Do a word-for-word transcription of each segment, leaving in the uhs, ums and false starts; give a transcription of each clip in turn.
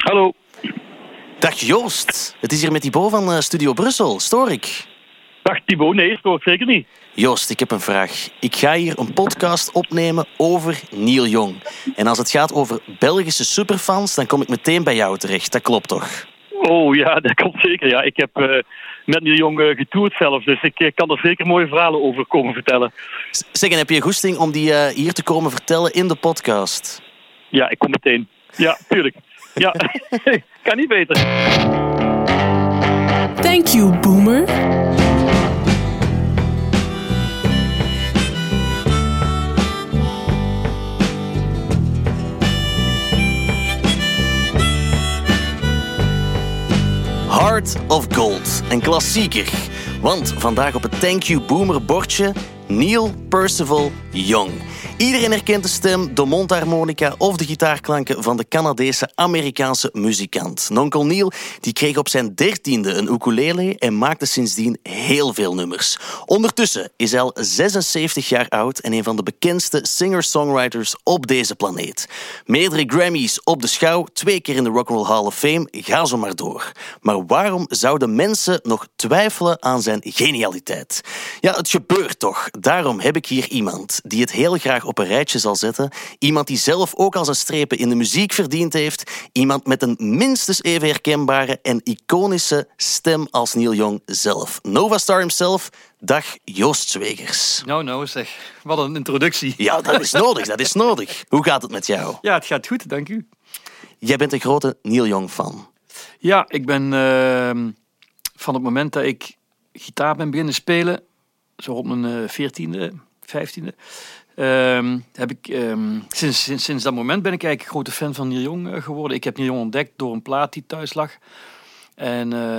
Hallo. Dag Joost, het is hier met Thibaut van uh, Studio Brussel. Stoor ik? Dag Thibaut, nee, stoor ik zeker niet. Joost, ik heb een vraag. Ik ga hier een podcast opnemen over Neil Young. En als het gaat over Belgische superfans, dan kom ik meteen bij jou terecht. Dat klopt toch? Oh ja, dat klopt zeker. Ja. Ik heb uh, met Neil Young uh, getoerd zelfs, dus ik uh, kan er zeker mooie verhalen over komen vertellen. Zeg, en heb je goesting om die uh, hier te komen vertellen in de podcast? Ja, ik kom meteen. Ja, tuurlijk. Ja, kan niet beter. Thank you, Boomer. Heart of Gold, een klassieker. Want vandaag op het Thank You Boomer bordje Neil Percival Young. Iedereen herkent de stem, de mondharmonica of de gitaarklanken van de Canadese-Amerikaanse muzikant. Nonkel Neil die kreeg op zijn dertiende een ukulele en maakte sindsdien heel veel nummers. Ondertussen is hij al zesenzeventig jaar oud en een van de bekendste singer-songwriters op deze planeet. Meerdere Grammys op de schouw, twee keer in de Rock and Roll Hall of Fame, ga zo maar door. Maar waarom zouden mensen nog twijfelen aan zijn genialiteit? Ja, het gebeurt toch. Daarom heb ik hier iemand die het heel graag op een rijtje zal zetten. Iemand die zelf ook al zijn strepen in de muziek verdiend heeft. Iemand met een minstens even herkenbare en iconische stem als Neil Young zelf. Nova Star himself. Dag Joost Zwegers. Nou, nou zeg. Wat een introductie. Ja, dat is nodig, dat is nodig. Hoe gaat het met jou? Ja, het gaat goed, dank u. Jij bent een grote Neil Young fan. Ja, ik ben uh, van het moment dat ik gitaar ben beginnen spelen, zo rond mijn veertiende, vijftiende, Um, heb ik, um, sinds, sinds, sinds dat moment ben ik eigenlijk een grote fan van Neil Young uh, geworden. Ik heb Neil Young ontdekt door een plaat die thuis lag. En, uh,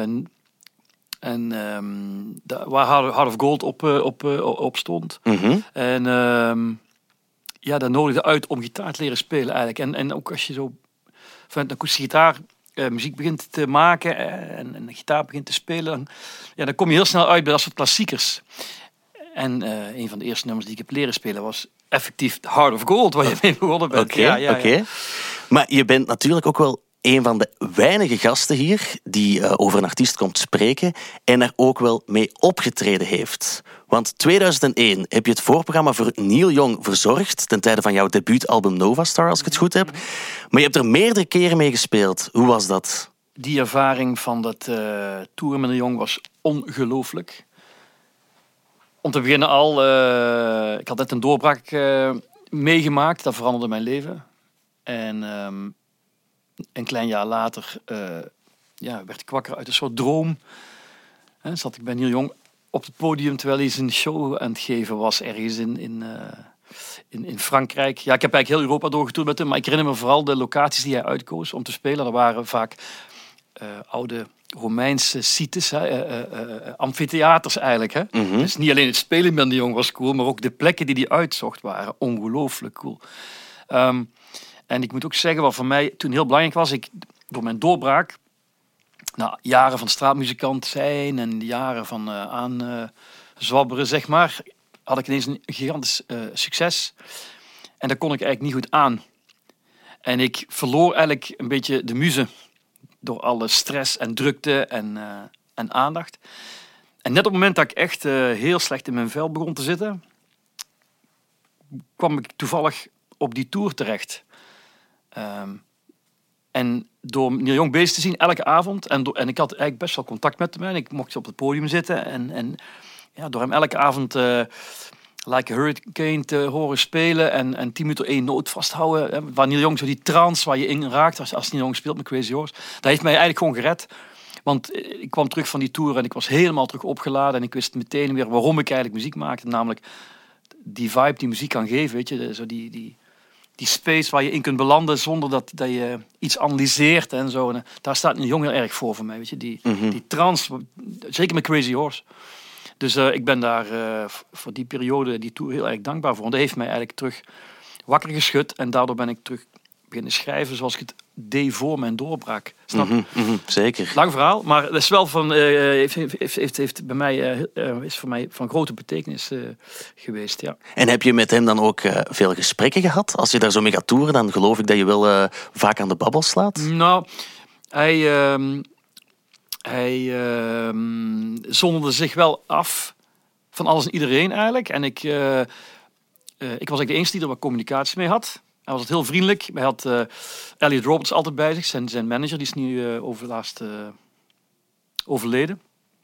en um, da, waar Heart of Gold op, uh, op, uh, op stond. Mm-hmm. En um, ja, dat nodigde uit om gitaar te leren spelen eigenlijk. En, en ook als je zo vanuit een akoestische gitaar uh, muziek begint te maken uh, en, en de gitaar begint te spelen, dan, ja, dan kom je heel snel uit bij dat soort klassiekers. En uh, een van de eerste nummers die ik heb leren spelen was effectief Heart of Gold, waar je mee begonnen bent. Oké, okay, ja, ja, okay. ja. Maar je bent natuurlijk ook wel een van de weinige gasten hier die uh, over een artiest komt spreken en er ook wel mee opgetreden heeft. Want tweeduizend één heb je het voorprogramma voor Neil Young verzorgd ten tijde van jouw debuutalbum Nova Star, als ik het goed heb. Maar je hebt er meerdere keren mee gespeeld. Hoe was dat? Die ervaring van dat uh, toeren met Neil Young was ongelooflijk. Om te beginnen al, uh, ik had net een doorbraak uh, meegemaakt. Dat veranderde mijn leven. En um, een klein jaar later uh, ja, werd ik wakker uit een soort droom. En zat ik bij Neil Young op het podium terwijl hij zijn show aan het geven was ergens in, in, uh, in, in Frankrijk. Ja, ik heb eigenlijk heel Europa doorgetoerd met hem. Maar ik herinner me vooral de locaties die hij uitkoos om te spelen. Er waren vaak uh, oude Romeinse sites, hè, uh, uh, uh, amfitheaters eigenlijk. Hè. Mm-hmm. Dus niet alleen het spelen met Neil Young was cool, maar ook de plekken die hij uitzocht waren ongelooflijk cool. Um, en ik moet ook zeggen, wat voor mij toen heel belangrijk was, ik, door mijn doorbraak, nou, jaren van straatmuzikant zijn en jaren van uh, aan uh, zwabberen, zeg maar, had ik ineens een gigantisch uh, succes. En daar kon ik eigenlijk niet goed aan. En ik verloor eigenlijk een beetje de muze door alle stress en drukte en, uh, en aandacht. En net op het moment dat ik echt uh, heel slecht in mijn vel begon te zitten, kwam ik toevallig op die tour terecht. Um, en door Neil Young bezig te zien elke avond, en, do- en ik had eigenlijk best wel contact met hem, en ik mocht op het podium zitten, en, en ja, door hem elke avond uh, Like a Hurricane te horen spelen en, en tien minuten één noot vasthouden, hè, waar Neil Young zo die trance waar je in raakt als, als Neil Young speelt met Crazy Horse, dat heeft mij eigenlijk gewoon gered. Want ik kwam terug van die tour en ik was helemaal terug opgeladen en ik wist meteen weer waarom ik eigenlijk muziek maakte, namelijk die vibe die muziek kan geven, weet je, zo die, die, die space waar je in kunt belanden zonder dat, dat je iets analyseert en zo. En daar staat Neil Young heel erg voor voor mij, weet je, die, mm-hmm. die trance, zeker met Crazy Horse. Dus uh, ik ben daar uh, voor die periode, die tour, heel erg dankbaar voor. Want dat heeft mij eigenlijk terug wakker geschud. En daardoor ben ik terug beginnen schrijven zoals ik het deed voor mijn doorbraak. Snap je? Mm-hmm, mm-hmm, zeker. Lang verhaal, maar dat is wel van, uh, heeft, heeft, heeft, heeft bij mij, uh, is voor mij van grote betekenis uh, geweest. Ja. En heb je met hem dan ook uh, veel gesprekken gehad? Als je daar zo mee gaat toeren, dan geloof ik dat je wel uh, vaak aan de babbel slaat. Nou, Hij, um, hij um, zonderde zich wel af van alles en iedereen eigenlijk. En ik, uh, uh, ik was eigenlijk de enige die er wat communicatie mee had. Hij was het heel vriendelijk. Hij had uh, Elliot Roberts altijd bij zich, zijn, zijn manager. Die is nu uh, overlaatst uh, overleden.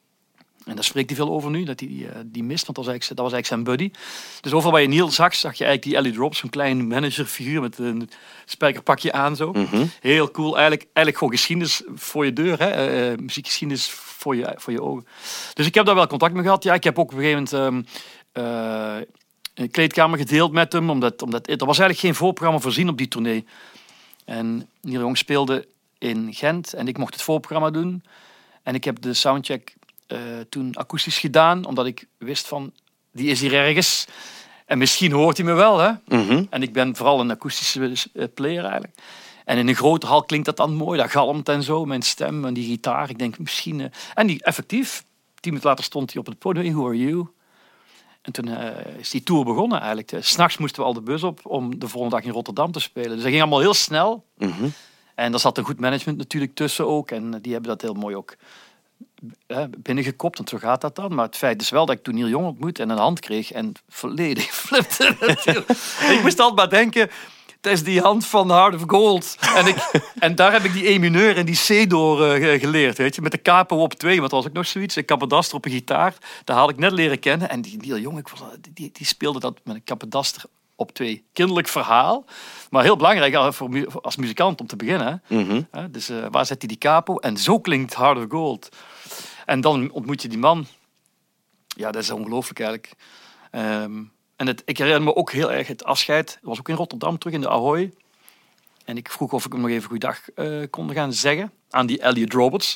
En daar spreekt hij veel over nu, dat hij die, uh, die mist, want dat was, dat was eigenlijk zijn buddy. Dus overal waar je Neil zag, zag je eigenlijk die Elliot Roberts, zo'n klein managerfiguur met een spijkerpakje aan zo. Mm-hmm. Heel cool, eigenlijk, eigenlijk gewoon geschiedenis voor je deur, hè? Uh, muziekgeschiedenis voor je, voor je ogen. Dus ik heb daar wel contact mee gehad. Ja, ik heb ook op een gegeven moment um, uh, een kleedkamer gedeeld met hem, omdat, omdat er was eigenlijk geen voorprogramma voorzien op die tournee. En Neil Young speelde in Gent en ik mocht het voorprogramma doen. En ik heb de soundcheck Uh, toen akoestisch gedaan, omdat ik wist van, die is hier ergens. En misschien hoort hij me wel, hè. Mm-hmm. En ik ben vooral een akoestische player eigenlijk. En in een grote hal klinkt dat dan mooi, dat galmt en zo, mijn stem en die gitaar. Ik denk misschien... Uh, en die, effectief, tien minuten later stond hij op het podium, Who Are You? En toen uh, is die tour begonnen eigenlijk. Uh, 's Nachts moesten we al de bus op om de volgende dag in Rotterdam te spelen. Dus dat ging allemaal heel snel. Mm-hmm. En daar zat een goed management natuurlijk tussen ook. En uh, die hebben dat heel mooi ook binnengekopt, en zo gaat dat dan. Maar het feit is wel dat ik toen Neil Young ontmoet en een hand kreeg en volledig flipte. Ik moest altijd maar denken, het is die hand van Heart of Gold. En, ik, en daar heb ik die E mineur en die C door uh, geleerd, weet je, met de capo op twee, want dat was ook nog zoiets. Een capadaster op een gitaar, dat had ik net leren kennen. En die Neil Young, ik was, die, die speelde dat met een capadaster op twee. Kinderlijk verhaal, maar heel belangrijk voor, als muzikant om te beginnen. Mm-hmm. Dus uh, waar zet hij die capo? En zo klinkt Heart of Gold. En dan ontmoet je die man. Ja, dat is ongelooflijk eigenlijk. Um, en het, ik herinner me ook heel erg het afscheid. Dat was ook in Rotterdam, terug in de Ahoy. En ik vroeg of ik hem nog even goeiedag uh, kon gaan zeggen aan die Elliot Roberts.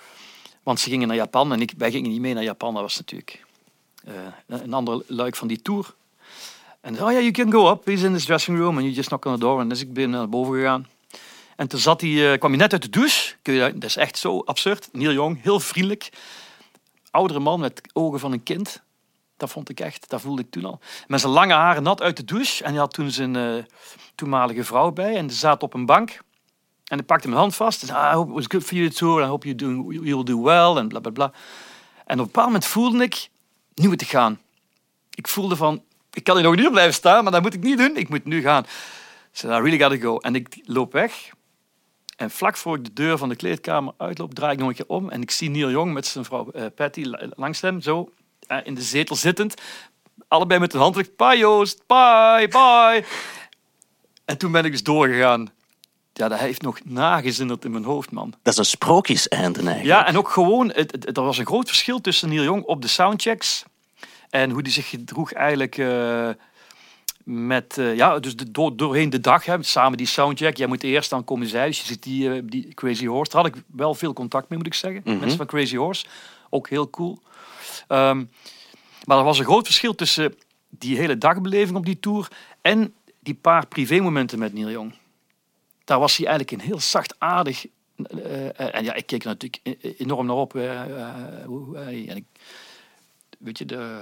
Want ze gingen naar Japan en ik, wij gingen niet mee naar Japan. Dat was natuurlijk uh, een ander luik van die tour. En oh ja, yeah, you can go up. He's in this dressing room and you just knock on the door. En dus ik ben naar boven gegaan. En toen zat hij, uh, kwam hij net uit de douche. Kun je, dat is echt zo absurd. Neil Young, heel vriendelijk. Oudere man met ogen van een kind. Dat vond ik echt, dat voelde ik toen al. Met zijn lange haren nat uit de douche. En hij had toen zijn uh, toenmalige vrouw bij. En ze zaten op een bank. En hij pakte mijn hand vast. En zei, I hope it was good for you too. I hope you, do, you will do well. En bla bla bla. En op een bepaald moment voelde ik, nu moet ik gaan. Ik voelde van, ik kan hier nog een uur blijven staan, maar dat moet ik niet doen. Ik moet nu gaan. So I really gotta go. En ik loop weg. En vlak voor ik de deur van de kleedkamer uitloop, draai ik nog een keer om. En ik zie Neil Young met zijn vrouw uh, Patty langs hem, zo uh, in de zetel zittend. Allebei met hun hand. Bye Joost, bye, bye. En toen ben ik dus doorgegaan. Ja, dat heeft nog nagezinderd in mijn hoofd, man. Dat is een sprookjeseind eigenlijk. Ja, en ook gewoon, het, het, er was een groot verschil tussen Neil Young op de soundchecks en hoe die zich gedroeg eigenlijk uh, met, uh, ja, dus de, door, doorheen de dag, hè, samen die soundcheck. Jij moet eerst, dan komen zij. Dus je ziet die, uh, die Crazy Horse. Daar had ik wel veel contact mee, moet ik zeggen. Mm-hmm. Mensen van Crazy Horse. Ook heel cool. Um, maar er was een groot verschil tussen die hele dagbeleving op die tour en die paar privémomenten met Neil Young. Daar was hij eigenlijk een heel zachtaardig. Uh, uh, en ja, ik keek er natuurlijk enorm naar op. Uh, uh, uh, en ik, weet je, de...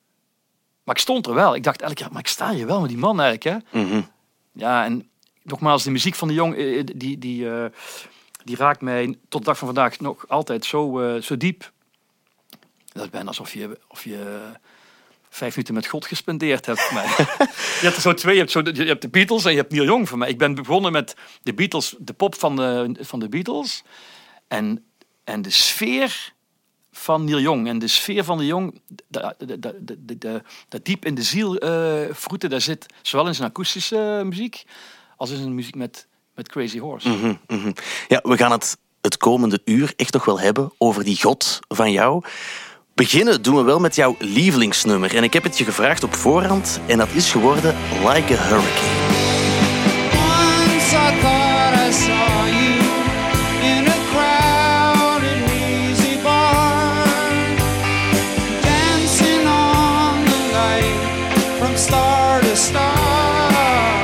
Maar ik stond er wel. Ik dacht elke keer, maar ik sta hier wel met die man eigenlijk. Hè? Mm-hmm. Ja, en nogmaals, de muziek van de Young, uh, die, die, uh, die raakt mij tot de dag van vandaag nog altijd zo, uh, zo diep. Dat is bijna alsof je... Of je vijf minuten met God gespendeerd hebt voor mij. Je hebt er zo twee. Je hebt, zo, je hebt de Beatles en je hebt Neil Young voor mij. Ik ben begonnen met de Beatles, de pop van de, van de Beatles. En, en de sfeer van Neil Young. En de sfeer van de Young, dat diep in de ziel uh, vroeten, daar zit zowel in zijn akoestische uh, muziek als in zijn muziek met, met Crazy Horse. Mm-hmm, mm-hmm. Ja, we gaan het het komende uur echt nog wel hebben over die God van jou. Beginnen doen we wel met jouw lievelingsnummer. En ik heb het je gevraagd op voorhand. En dat is geworden Like a Hurricane. Once I thought I saw you in a crowded easy bar, dancing on the light from star to star.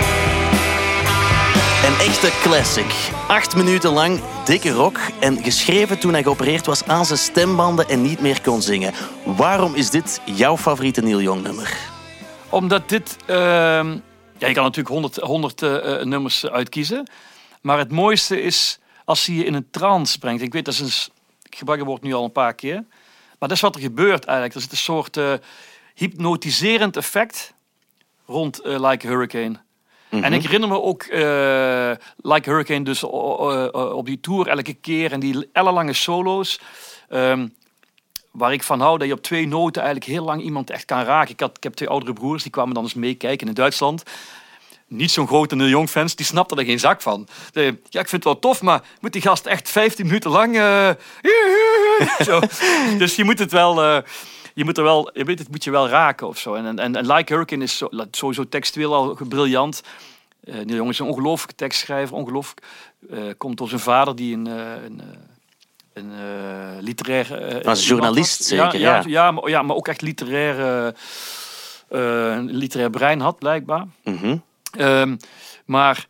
Een echte classic. Acht minuten lang, dikke rock en geschreven toen hij geopereerd was aan zijn stembanden en niet meer kon zingen. Waarom is dit jouw favoriete Neil Young nummer? Omdat dit... Uh, ja, je kan natuurlijk honderd, honderd uh, nummers uitkiezen. Maar het mooiste is als hij je in een trance brengt. Ik weet, dat is een, ik gebruik het woord nu al een paar keer. Maar dat is wat er gebeurt eigenlijk. Er zit een soort uh, hypnotiserend effect rond uh, Like a Hurricane. Mm-hmm. En ik herinner me ook uh, Like a Hurricane dus uh, uh, uh, op die tour elke keer. En die ellenlange solo's. Um, waar ik van hou dat je op twee noten eigenlijk heel lang iemand echt kan raken. Ik, had, ik heb twee oudere broers, die kwamen dan eens meekijken in Duitsland. Niet zo'n grote Neil Young fans, die snapten er geen zak van. De, ja, ik vind het wel tof, maar moet die gast echt vijftien minuten lang... Uh, zo. Dus je moet het wel... Uh, je moet er wel, je weet het, moet je wel raken of zo. En, en, en Like a Hurricane is zo, sowieso textueel al briljant. Uh, Neil Young is een ongelooflijke tekstschrijver, ongelooflijk. Uh, komt door zijn vader die een... Uh, een Een uh, literair... Uh, Als journalist zeker, ja. Ja, ja. ja, maar, ja, maar ook echt literair, uh, uh, literair brein had, blijkbaar. Mm-hmm. Um, maar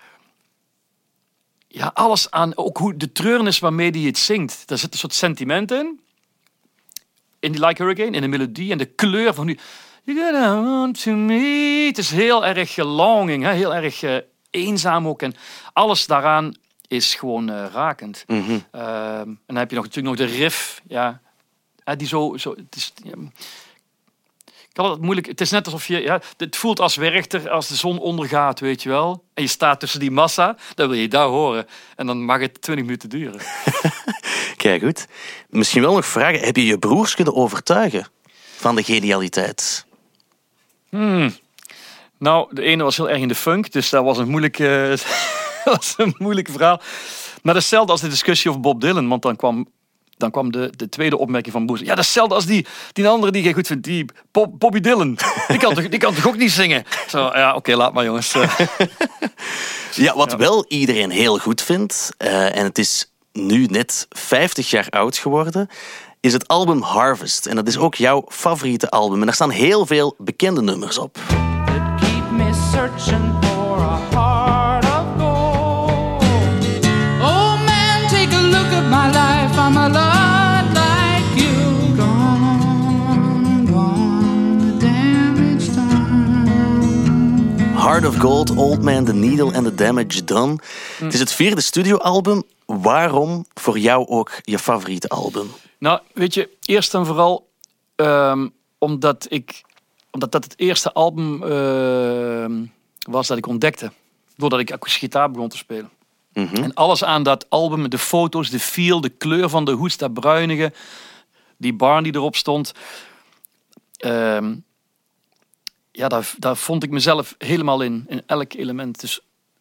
ja, alles aan... Ook hoe de treurnis waarmee hij het zingt. Daar zit een soort sentiment in. In die Like a Hurricane, in de melodie en de kleur van nu... You're gonna want to me. Het is heel erg longing, hè? Heel erg uh, eenzaam ook. En alles daaraan... is gewoon uh, rakend. Mm-hmm. Uh, en dan heb je nog, natuurlijk nog de riff. Ja, uh, die zo... zo het is, ja, ik kan het moeilijk... Het is net alsof je... Ja, het voelt als Werchter als de zon ondergaat, weet je wel. En je staat tussen die massa. Dan wil je daar horen. En dan mag het twintig minuten duren. Kijk, goed. Misschien wel nog vragen. Heb je je broers kunnen overtuigen van de genialiteit? Hmm. Nou, de ene was heel erg in de funk. Dus dat was een moeilijke... Dat was een moeilijk verhaal. Maar dat is hetzelfde als de discussie over Bob Dylan. Want dan kwam, dan kwam de, de tweede opmerking van Boes. Ja, dat is hetzelfde als die, die andere die jij goed vindt. Die Bob, Bobby Dylan. Die kan, toch, die kan toch ook niet zingen? Zo, ja, oké, okay, laat maar jongens. Ja, wat ja. wel iedereen heel goed vindt. Uh, en het is nu net vijftig jaar oud geworden. Is het album Harvest. En dat is ook jouw favoriete album. En daar staan heel veel bekende nummers op. Keep me searching for a heart of gold. Oh man, take a look at my life. I'm a lot like you. Gone, gone, the damage done. Heart of Gold, Old Man, The Needle and The Damage Done. Mm. Het is het vierde studioalbum. Waarom voor jou ook je favoriete album? Nou, weet je, eerst en vooral um, omdat ik... Omdat dat het eerste album uh, was dat ik ontdekte. Doordat ik akoestische gitaar begon te spelen. Mm-hmm. En alles aan dat album, de foto's, de feel, de kleur van de hoes, dat bruinige. Die barn die erop stond. Uh, ja, daar, daar vond ik mezelf helemaal in. In elk element. Dus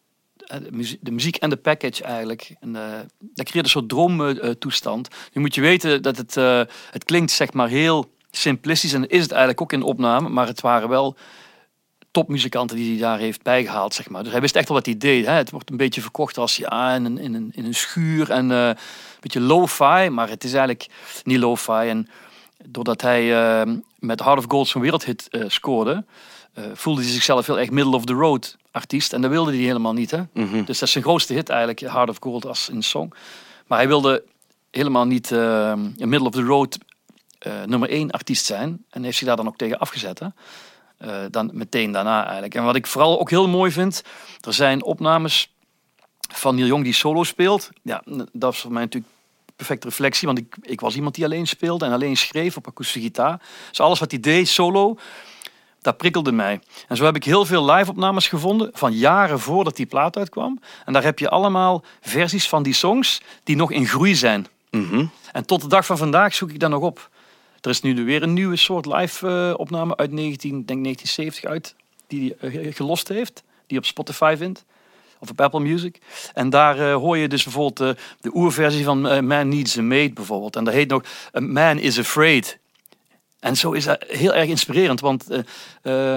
de muziek, de muziek en de package eigenlijk. En, uh, dat creëerde een soort droomtoestand. Uh, nu moet je weten dat het, uh, het klinkt zeg maar heel... simplistisch, en is het eigenlijk ook in de opname, maar het waren wel topmuzikanten die hij daar heeft bijgehaald, zeg maar. Dus hij wist echt wel wat hij deed. Hè. Het wordt een beetje verkocht als ja, in, een, in, een, in een schuur en uh, een beetje lo-fi, maar het is eigenlijk niet lo-fi. En doordat hij uh, met Heart of Gold zo'n wereldhit uh, scoorde, uh, voelde hij zichzelf heel erg middle of the road artiest, en dat wilde hij helemaal niet. Hè. Mm-hmm. Dus dat is zijn grootste hit eigenlijk, Heart of Gold als in song. Maar hij wilde helemaal niet uh, een middle of the road Uh, nummer één artiest zijn. En heeft zich daar dan ook tegen afgezet. Hè? Uh, dan meteen daarna eigenlijk. En wat ik vooral ook heel mooi vind... Er zijn opnames van Neil Young die solo speelt. Ja, dat is voor mij natuurlijk perfecte reflectie. Want ik, ik was iemand die alleen speelde en alleen schreef op akoestische gitaar. Dus alles wat hij deed, solo... Dat prikkelde mij. En zo heb ik heel veel live-opnames gevonden... van jaren voordat die plaat uitkwam. En daar heb je allemaal versies van die songs... die nog in groei zijn. Mm-hmm. En tot de dag van vandaag zoek ik dat nog op. Er is nu weer een nieuwe soort live-opname uit negentien, denk negentien zeventig uit, die hij uh, gelost heeft, die op Spotify vindt, of op Apple Music. En daar uh, hoor je dus bijvoorbeeld uh, de oerversie van uh, Man Needs a Mate bijvoorbeeld. En dat heet nog A Man is Afraid. En zo is dat heel erg inspirerend, want uh, uh,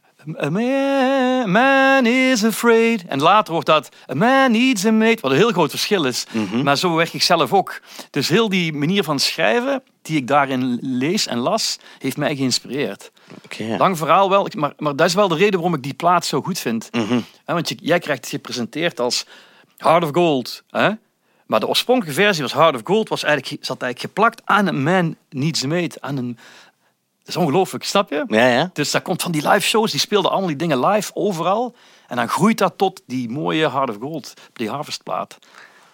A man, man is afraid. En later wordt dat A man needs a mate, wat een heel groot verschil is. Mm-hmm. Maar zo werk ik zelf ook. Dus heel die manier van schrijven, die ik daarin lees en las, heeft mij geïnspireerd. Okay. Lang verhaal wel, maar, maar dat is wel de reden waarom ik die plaat zo goed vind. Mm-hmm. He, want je, jij krijgt het gepresenteerd als Heart of Gold. Hè? Maar de oorspronkelijke versie was Heart of Gold, was eigenlijk, zat eigenlijk geplakt aan A man needs a mate, aan een... Dat is ongelooflijk, snap je? Ja, ja. Dus dat komt van die live shows, die speelden allemaal die dingen live overal. En dan groeit dat tot die mooie Heart of Gold, die Harvest plaat.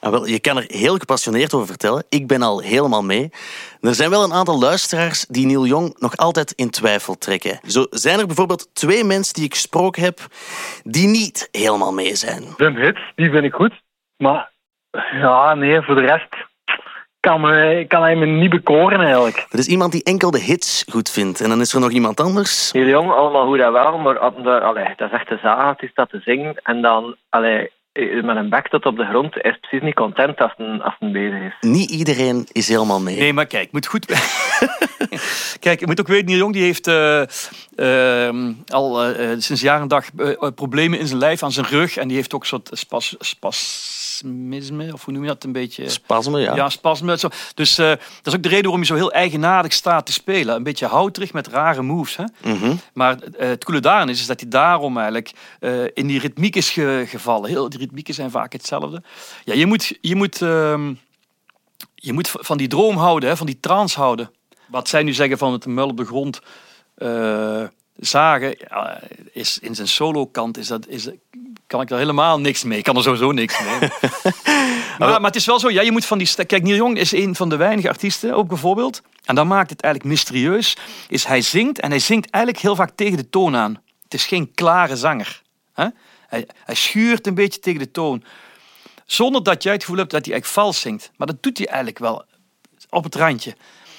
Ah, wel, je kan er heel gepassioneerd over vertellen. Ik ben al helemaal mee. Er zijn wel een aantal luisteraars die Neil Young nog altijd in twijfel trekken. Zo zijn er bijvoorbeeld twee mensen die ik gesproken heb die niet helemaal mee zijn. De hits, die vind ik goed. Maar ja, nee, voor de rest kan, me, kan hij me niet bekoren eigenlijk. Er is iemand die enkel de hits goed vindt. En dan is er nog iemand anders. Heel jong, allemaal goed en wel, maar allee, dat is echt de zaak, is dat te zingen. En dan, allee, met een bek tot op de grond, is precies niet content als een, als een bezig is. Niet iedereen is helemaal mee. Nee, maar kijk, moet goed... Kijk, je moet ook weten, Neil Young die heeft uh, uh, al uh, sinds jaar en dag uh, problemen in zijn lijf, aan zijn rug. En die heeft ook een soort spas, spasmisme, of hoe noem je dat een beetje? Spasme, ja. Ja, spasme. Zo. Dus uh, dat is ook de reden waarom hij zo heel eigenaardig staat te spelen. Een beetje houterig met rare moves. Hè? Mm-hmm. Maar uh, het coole daarin is, is dat hij daarom eigenlijk uh, in die ritmiek is ge- gevallen. Heel, die ritmieken zijn vaak hetzelfde. Ja, je moet, je moet, uh, je moet van die droom houden, hè, van die trance houden. Wat zij nu zeggen van het mul op de grond uh, zagen, ja, is in zijn solo-kant is dat, is, kan ik er helemaal niks mee. Ik kan er sowieso niks mee. maar, maar het is wel zo, ja, je moet van die... Kijk, Neil Young is een van de weinige artiesten, ook bijvoorbeeld. En dat maakt het eigenlijk mysterieus. Is hij zingt en hij zingt eigenlijk heel vaak tegen de toon aan. Het is geen klare zanger. Hè? Hij, hij schuurt een beetje tegen de toon. Zonder dat jij het gevoel hebt dat hij eigenlijk vals zingt. Maar dat doet hij eigenlijk wel op het randje.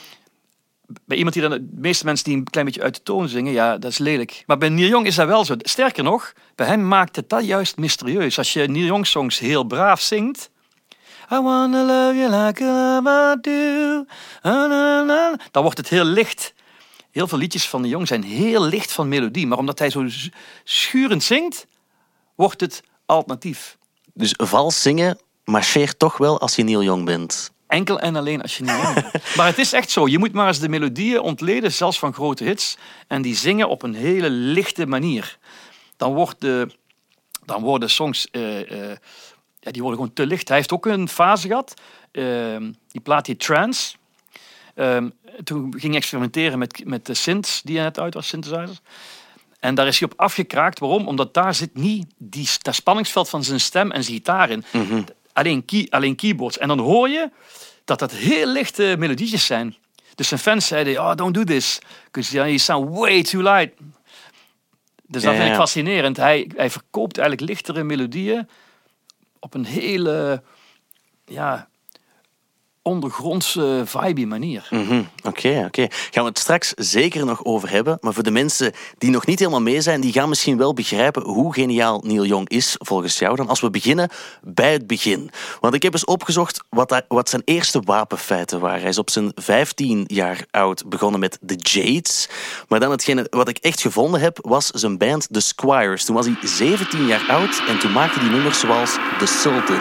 Bij iemand die dan, de meeste mensen die een klein beetje uit de toon zingen, ja, dat is lelijk. Maar bij Neil Young is dat wel zo. Sterker nog, bij hem maakt het dat juist mysterieus. Als je Neil Young songs heel braaf zingt, I wanna love you like I love I do, dan wordt het heel licht. Heel veel liedjes van Neil Young zijn heel licht van melodie, maar omdat hij zo schurend zingt, wordt het alternatief. Dus vals zingen marcheert toch wel als je Neil Young bent. Enkel en alleen als je niet lang bent. Maar het is echt zo. Je moet maar eens de melodieën ontleden, zelfs van grote hits. En die zingen op een hele lichte manier. Dan, wordt de, dan worden songs... Uh, uh, ja, die worden gewoon te licht. Hij heeft ook een fase gehad. Uh, die plaat die Trance. Uh, toen ging hij experimenteren met, met de synths die hij net uit was, synthesizers. En daar is hij op afgekraakt. Waarom? Omdat daar zit niet die, dat spanningsveld van zijn stem en zijn gitaar in. Mm-hmm. Alleen, key, alleen keyboards. En dan hoor je dat dat heel lichte melodietjes zijn. Dus zijn fans zeiden, oh, don't do this. Because you sound way too light. Dus dat ja, vind ik ja. fascinerend. Hij, hij verkoopt eigenlijk lichtere melodieën op een hele ja, ondergrondse, vibe manier. Mm-hmm. Oké, okay, oké. Okay. Gaan we het straks zeker nog over hebben. Maar voor de mensen die nog niet helemaal mee zijn, die gaan misschien wel begrijpen hoe geniaal Neil Young is, volgens jou. Dan als we beginnen bij het begin. Want ik heb eens opgezocht wat, dat, wat zijn eerste wapenfeiten waren. Hij is op zijn vijftien jaar oud begonnen met The Jades. Maar dan hetgene wat ik echt gevonden heb, was zijn band The Squires. Toen was hij zeventien jaar oud en toen maakte hij nummers zoals The Sultan.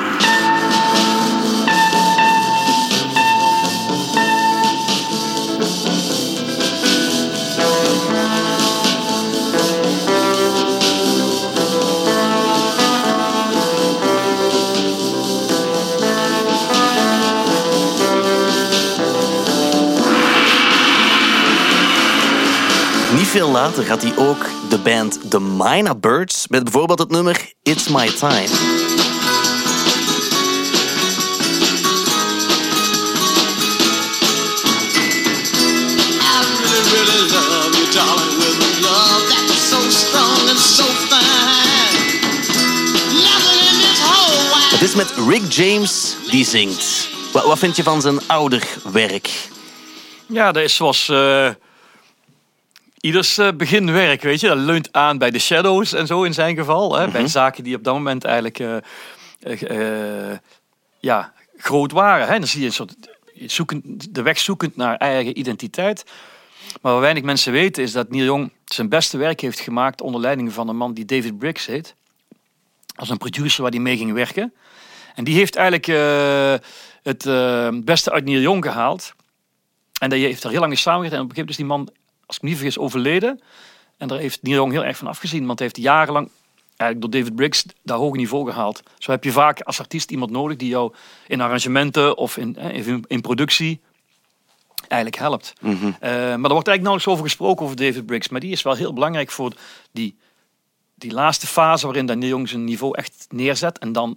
Niet veel later had hij ook de band The Mynah Birds met bijvoorbeeld het nummer It's My Time. Het is met Rick James die zingt. Wat, wat vind je van zijn ouderwerk? Ja, dat is zoals... Uh... Ieders uh, beginwerk, weet je, dat leunt aan bij de Shadows en zo in zijn geval. Hè, mm-hmm. Bij zaken die op dat moment eigenlijk uh, uh, uh, ja, groot waren. Hè. Dan zie je een soort zoekend, de weg zoekend naar eigen identiteit. Maar wat weinig mensen weten is dat Neil Young zijn beste werk heeft gemaakt onder leiding van een man die David Briggs heet. Als een producer waar hij mee ging werken. En die heeft eigenlijk uh, het uh, beste uit Neil Young gehaald. En die heeft er heel lang mee samengewerkt. En op een gegeven moment is die man, als ik me niet vergis, overleden. En daar heeft Neil Young heel erg van afgezien. Want hij heeft jarenlang, eigenlijk door David Briggs, dat hoge niveau gehaald. Zo heb je vaak als artiest iemand nodig die jou in arrangementen of in, in, in productie eigenlijk helpt. Mm-hmm. Uh, maar er wordt eigenlijk nauwelijks over gesproken over David Briggs. Maar die is wel heel belangrijk voor die, die laatste fase waarin Neil Young zijn niveau echt neerzet. En dan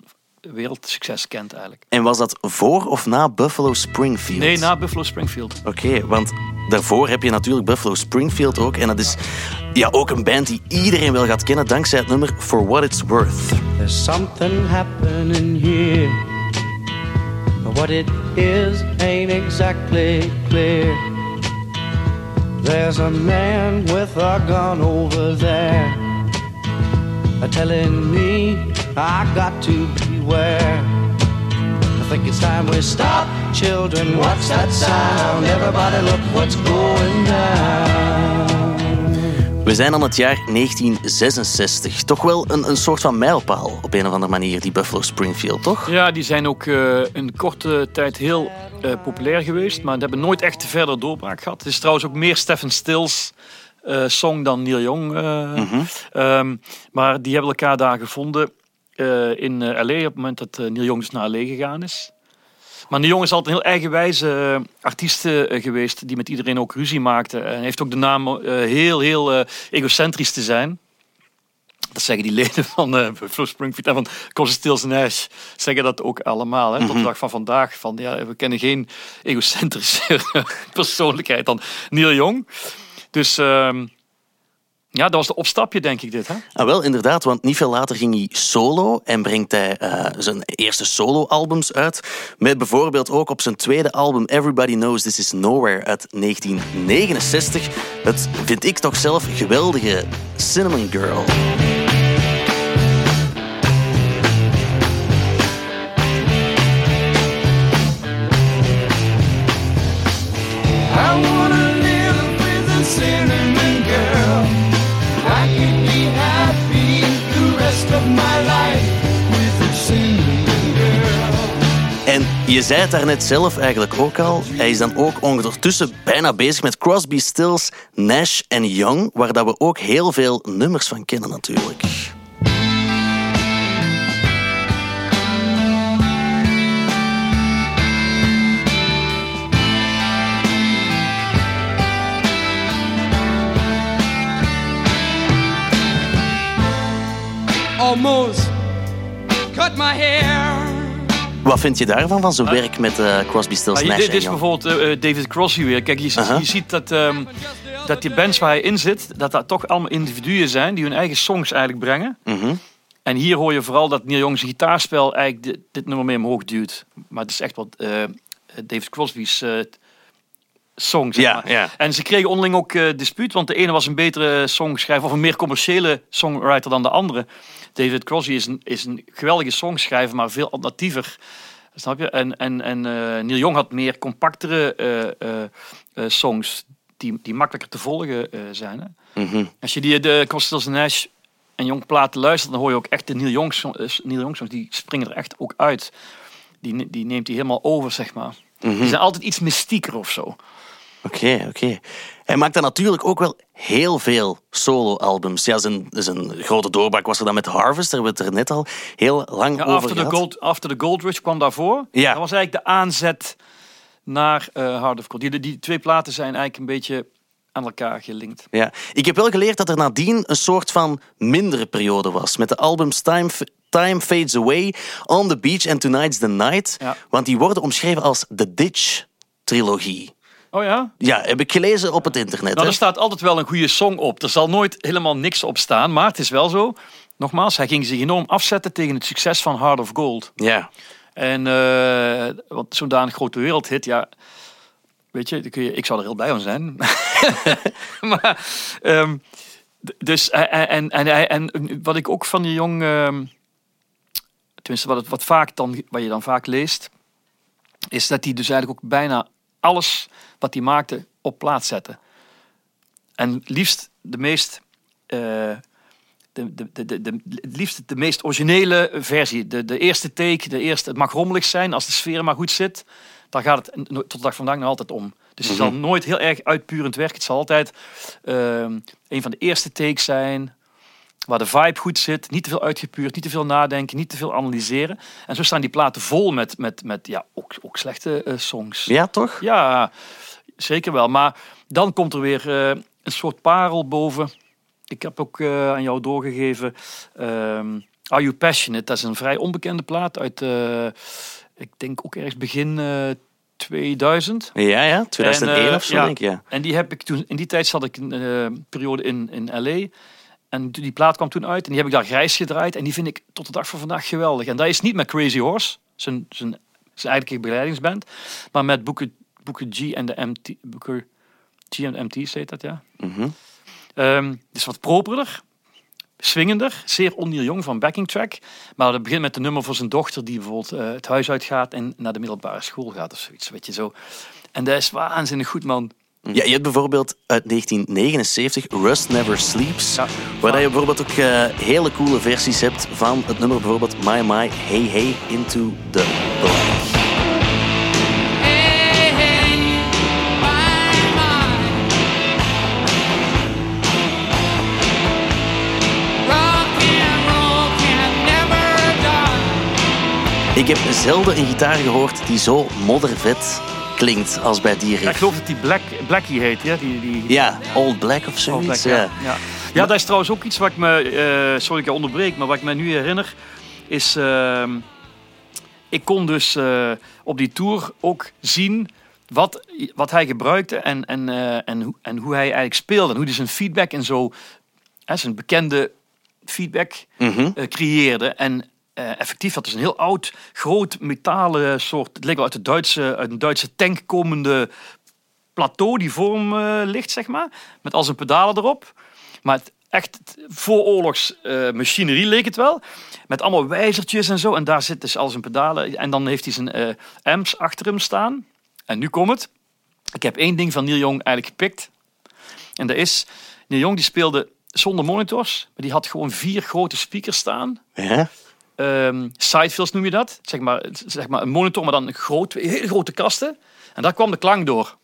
wereldsucces kent eigenlijk. En was dat voor of na Buffalo Springfield? Nee, na Buffalo Springfield. Oké, okay, want daarvoor heb je natuurlijk Buffalo Springfield ook. En dat is ja, ook een band die iedereen wel gaat kennen dankzij het nummer For What It's Worth. There's something happening here, but what it is ain't exactly clear. There's a man with a gun over there, telling me I got to beware. I think it's time we stop, children, what's that sound? Everybody look what's going down. We zijn aan het jaar negentien zesenzestig. Toch wel een, een soort van mijlpaal op een of andere manier, die Buffalo Springfield, toch? Ja, die zijn ook uh, een korte tijd heel uh, populair geweest, maar die hebben nooit echt verder doorbraak gehad. Het is trouwens ook meer Stephen Stills uh, song dan Neil Young. Uh, mm-hmm. um, maar die hebben elkaar daar gevonden uh, in uh, L A op het moment dat uh, Neil Young dus naar L A gegaan is. Maar Neil Young is altijd een heel eigenwijze uh, artiest uh, geweest, die met iedereen ook ruzie maakte. En heeft ook de naam uh, heel, heel uh, egocentrisch te zijn. Dat zeggen die leden van uh, Buffalo Springfield en van Crosby, Stills Nash zeggen dat ook allemaal. Hè, tot de dag van vandaag. Van, ja, we kennen geen egocentrische persoonlijkheid dan Neil Young. Dus uh, ja, dat was de opstapje, denk ik, dit. Hè? Ah, wel, inderdaad, want niet veel later ging hij solo en brengt hij uh, zijn eerste solo-albums uit. Met bijvoorbeeld ook op zijn tweede album Everybody Knows This Is Nowhere uit negentien negenenzestig. Het vind ik toch zelf geweldige Cinnamon Girl. En je zei het daarnet zelf eigenlijk ook al. Hij is dan ook ondertussen bijna bezig met Crosby, Stills, Nash en Young, waar dat we ook heel veel nummers van kennen natuurlijk. Almost cut my hair. Wat vind je daarvan, van zo'n werk met uh, Crosby, Stills, ah, Nash dit, en dit is Young? bijvoorbeeld uh, David Crosby weer. Kijk, je, uh-huh. je ziet dat, um, dat die bands waar hij in zit, dat dat toch allemaal individuen zijn die hun eigen songs eigenlijk brengen. Uh-huh. En hier hoor je vooral dat Neil Young zijn gitaarspel eigenlijk dit, dit nummer mee omhoog duwt. Maar het is echt wat uh, David Crosby's uh, song, zeg maar. Ja, ja. En ze kregen onderling ook uh, dispuut, want de ene was een betere songschrijver of een meer commerciële songwriter dan de andere. David Crosby is een, is een geweldige songschrijver, maar veel alternatiever. Snap je? En, en, en uh, Neil Young had meer compactere uh, uh, uh, songs die, die makkelijker te volgen uh, zijn. Hè? Mm-hmm. Als je die de Crosby, Stills Nash en Young platen luistert, dan hoor je ook echt de Neil Young, song, uh, Neil Young songs, die springen er echt ook uit. Die, die neemt hij helemaal over, zeg maar. Mm-hmm. Die zijn altijd iets mystieker of zo. Oké, okay, oké. Okay. Hij maakt dan natuurlijk ook wel heel veel solo-albums. Ja, zijn, zijn grote doorbraak was er dan met Harvest, daar hebben we het er net al heel lang ja, over after gehad. The Gold, after the Gold Rush kwam daarvoor. Ja. Dat was eigenlijk de aanzet naar uh, Heart of Gold. Die, die twee platen zijn eigenlijk een beetje aan elkaar gelinkt. Ja. Ik heb wel geleerd dat er nadien een soort van mindere periode was. Met de albums Time, Time Fades Away, On the Beach and Tonight's the Night. Ja. Want die worden omschreven als The Ditch-trilogie. Oh ja? Ja, heb ik gelezen op het internet. Nou, hè? er staat altijd wel een goede song op. Er zal nooit helemaal niks op staan, maar het is wel zo. Nogmaals, hij ging zich enorm afzetten tegen het succes van Heart of Gold. Ja. En uh, want zo'n daan grote wereldhit, ja, weet je, kun je, ik zou er heel blij om zijn. maar, um, dus, en, en, en, en wat ik ook van die jong, um, tenminste wat, het, wat, vaak dan, wat je dan vaak leest, is dat hij dus eigenlijk ook bijna alles wat hij maakte op plaat zette. En liefst de meest, uh, de, de, de, de, de, liefst de meest originele versie. De, de eerste take, de eerste, het mag rommelig zijn als de sfeer maar goed zit. Daar gaat het tot de dag van vandaag nog altijd om. Dus het mm-hmm. zal nooit heel erg uitpurend werken. Het zal altijd uh, een van de eerste takes zijn, waar de vibe goed zit, niet te veel uitgepuurd, niet te veel nadenken, niet te veel analyseren. En zo staan die platen vol met, met, met ja, ook, ook slechte uh, songs. Ja, toch? Ja, zeker wel. Maar dan komt er weer uh, een soort parel boven. Ik heb ook uh, aan jou doorgegeven uh, Are You Passionate? Dat is een vrij onbekende plaat uit, uh, ik denk ook ergens begin uh, tweeduizend. Ja, ja, tweeduizend één en, uh, of zo, ja, denk ik. Ja. En die heb ik toen, in die tijd zat ik een uh, periode in, in L A. En die plaat kwam toen uit en die heb ik daar grijs gedraaid. En die vind ik tot de dag van vandaag geweldig. En dat is niet met Crazy Horse, zijn, zijn, zijn eigenlijke begeleidingsband, maar met Booker, Booker G en de M T. Booker G en de M T, heet dat, ja. Mm-hmm. Um, het is wat properder, swingender, zeer on-Neil Young van backing track. Maar het begint met de nummer voor zijn dochter die bijvoorbeeld uh, het huis uitgaat en naar de middelbare school gaat of zoiets, weet je zo. En dat is waanzinnig goed, man. Ja, je hebt bijvoorbeeld uit negentien negenenzeventig Rust Never Sleeps, ja, waar je bijvoorbeeld ook uh, hele coole versies hebt van het nummer bijvoorbeeld My My Hey Hey Into the Black. Ik heb zelden een gitaar gehoord die zo moddervet klinkt als bij die riff. Ja, ik geloof dat die Black, Blackie heet, ja? Die, die... Ja, Old Black of zoiets. Old Black, ja. Ja. Ja. ja, dat is trouwens ook iets wat ik me... Uh, sorry, ik je onderbreek, maar wat ik me nu herinner is... Uh, ik kon dus uh, op die tour ook zien wat, wat hij gebruikte en, en, uh, en, en hoe hij eigenlijk speelde. En hoe hij zijn feedback en zo... Uh, zijn bekende feedback mm-hmm. uh, creëerde. En uh, effectief, dat is een heel oud, groot metalen soort... Het leek wel uit, de Duitse, uit een Duitse tank komende plateau die voor hem uh, ligt, zeg maar. Met al zijn pedalen erop. Maar het, echt vooroorlogs uh, machinerie leek het wel. Met allemaal wijzertjes en zo. En daar zit dus al zijn pedalen. En dan heeft hij zijn uh, amps achter hem staan. En nu komt het. Ik heb één ding van Neil Young eigenlijk gepikt. En dat is... Neil Young die speelde zonder monitors. Maar die had gewoon vier grote speakers staan. Ja. Um, sidefills noem je dat. Zeg maar, zeg maar een monitor, maar dan een groot, hele grote kasten. En daar kwam de klank door.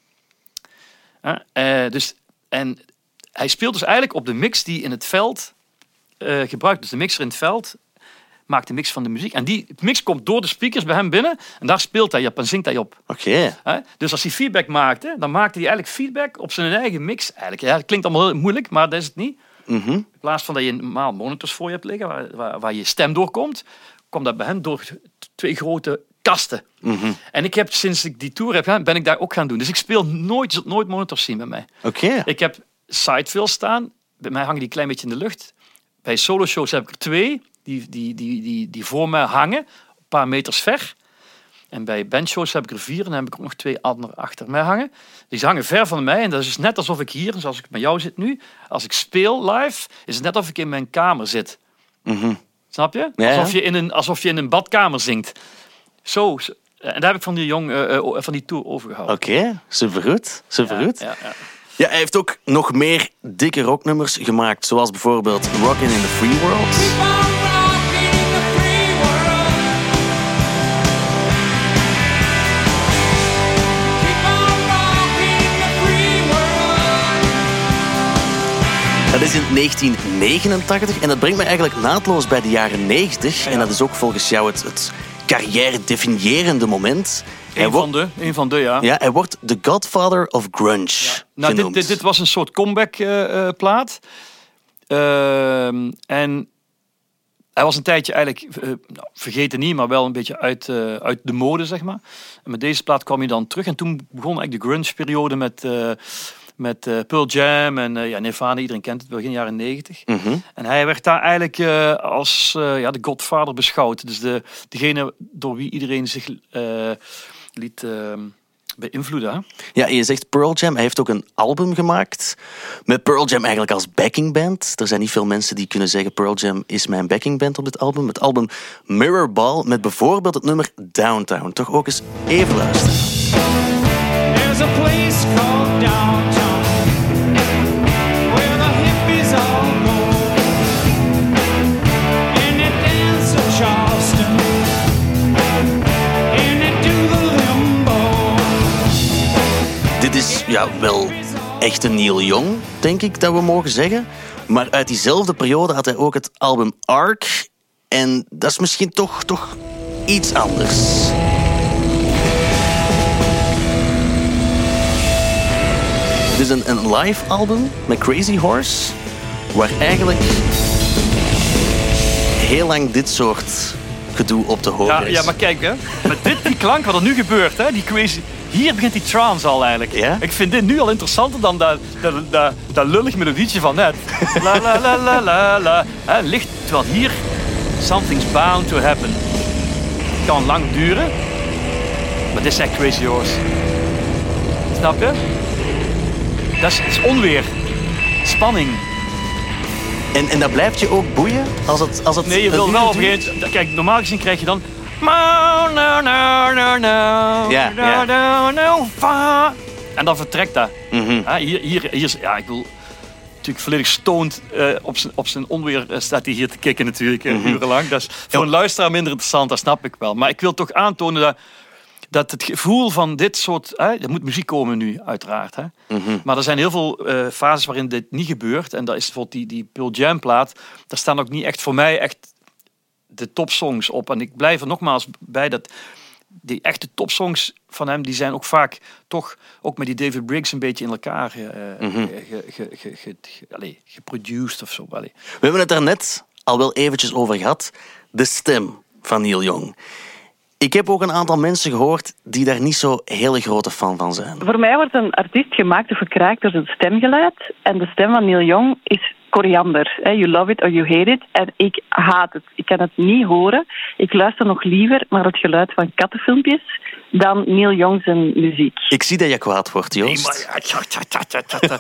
Uh, uh, dus, en hij speelt dus eigenlijk op de mix die in het veld uh, gebruikt. Dus de mixer in het veld maakt de mix van de muziek. En die mix komt door de speakers bij hem binnen. En daar speelt hij op en zingt hij op. Oké. Okay. Uh, dus als hij feedback maakte, dan maakte hij eigenlijk feedback op zijn eigen mix. Eigenlijk, ja, dat klinkt allemaal heel moeilijk, maar dat is het niet. Mm-hmm. In plaats van dat je normaal monitors voor je hebt liggen, waar, waar, waar je stem doorkomt, komt dat bij hem door twee grote kasten. Mm-hmm. En ik heb, sinds ik die tour heb, ben ik daar ook gaan doen. Dus ik speel nooit, je zult nooit monitors zien bij mij. Oké. Okay. Ik heb sidefills staan. Bij mij hangen die klein beetje in de lucht. Bij solo shows heb ik er twee, die, die, die, die, die voor mij hangen, een paar meters ver. En bij bandshows heb ik er vier en dan heb ik ook nog twee andere achter mij hangen. Die hangen ver van mij en dat is dus net alsof ik hier, zoals ik met jou zit nu, als ik speel live, is het net alsof ik in mijn kamer zit. Mm-hmm. Snap je? Ja, ja. Alsof je in een, alsof je in een badkamer zingt. Zo. En daar heb ik van die, jong, uh, uh, van die tour overgehouden. Oké, okay, supergoed. Supergoed. Ja, ja, ja. Ja, hij heeft ook nog meer dikke rocknummers gemaakt, zoals bijvoorbeeld Rockin' in the Free World. Dat is in negentien negenentachtig en dat brengt me eigenlijk naadloos bij de jaren negentig. Ja. En dat is ook volgens jou het, het carrière-definiërende moment. Een van de, een van de, ja. Ja, hij wordt de Godfather of Grunge ja. Nou, genoemd. Dit, dit, dit was een soort comeback-plaat. Uh, uh, en hij was een tijdje eigenlijk, uh, nou, vergeten niet, maar wel een beetje uit, uh, uit de mode, zeg maar. En met deze plaat kwam hij dan terug. En toen begon eigenlijk de grunge-periode met... Uh, Met uh, Pearl Jam en uh, ja, Nirvana, iedereen kent het, begin jaren negentig. Mm-hmm. En hij werd daar eigenlijk uh, als uh, ja, de godvader beschouwd. Dus de, degene door wie iedereen zich uh, liet uh, beïnvloeden. Hè? Ja, je zegt Pearl Jam. Hij heeft ook een album gemaakt met Pearl Jam eigenlijk als backingband. Er zijn niet veel mensen die kunnen zeggen Pearl Jam is mijn backingband op dit album. Het album Mirrorball met bijvoorbeeld het nummer Downtown. Toch ook eens even luisteren. There's a place called Downtown. Dit is ja, wel echt een Neil Young, denk ik dat we mogen zeggen. Maar uit diezelfde periode had hij ook het album Ark. En dat is misschien toch, toch iets anders. Het is een, een live album met Crazy Horse, waar eigenlijk heel lang dit soort gedoe op te horen Ja, is. ja, maar kijk, hè. Met dit, die klank, wat er nu gebeurt, hè, die crazy... Hier begint die trance al eigenlijk. Ja? Ik vind dit nu al interessanter dan dat, dat, dat, dat lullig melodietje van net. La la la la la la. Hè, licht, terwijl hier... Something's bound to happen. Het kan lang duren. Maar dit is echt Crazy Horse. Snap je? Dat is, dat is onweer. Spanning. En, en dat blijft je ook boeien? Als het, als het Nee, je een wil uur wel op een duurt? gegeven moment... Kijk, normaal gezien krijg je dan... No, no, no, no, no. Ja, ja. No, no, no, fa. En dan vertrekt dat. Mhm. Ja, hier, hier, hier is... Ja, ik wil... Natuurlijk volledig stoned uh, op zijn op zijn onweer uh, staat hij hier te kicken natuurlijk, uh, Mhm. urenlang. Dat is voor Ja. een luisteraar minder interessant, dat snap ik wel. Maar ik wil toch aantonen dat, dat het gevoel van dit soort... Hè, er moet muziek komen nu, uiteraard. Hè. Mhm. Maar er zijn heel veel uh, fases waarin dit niet gebeurt. En dat is bijvoorbeeld die, die Pearl Jam plaat. Daar staan ook niet echt voor mij echt de topsongs op. En ik blijf er nogmaals bij dat... Die echte topsongs van hem, die zijn ook vaak toch ook met die David Briggs een beetje in elkaar uh, Mhm. ge, ge, ge, ge, ge, allee, geproduced of zo. Allee. We hebben het daarnet al wel eventjes over gehad. De stem van Neil Young. Ik heb ook een aantal mensen gehoord die daar niet zo hele grote fan van zijn. Voor mij wordt een artiest gemaakt of gekraakt door zijn stemgeluid. En de stem van Neil Young is koriander. You love it or you hate it. En ik haat het. Ik kan het niet horen. Ik luister nog liever naar het geluid van kattenfilmpjes dan Neil Young zijn muziek. Ik zie dat je kwaad wordt, Joost. Nee, maar ja, tja, tja, tja, tja, tja.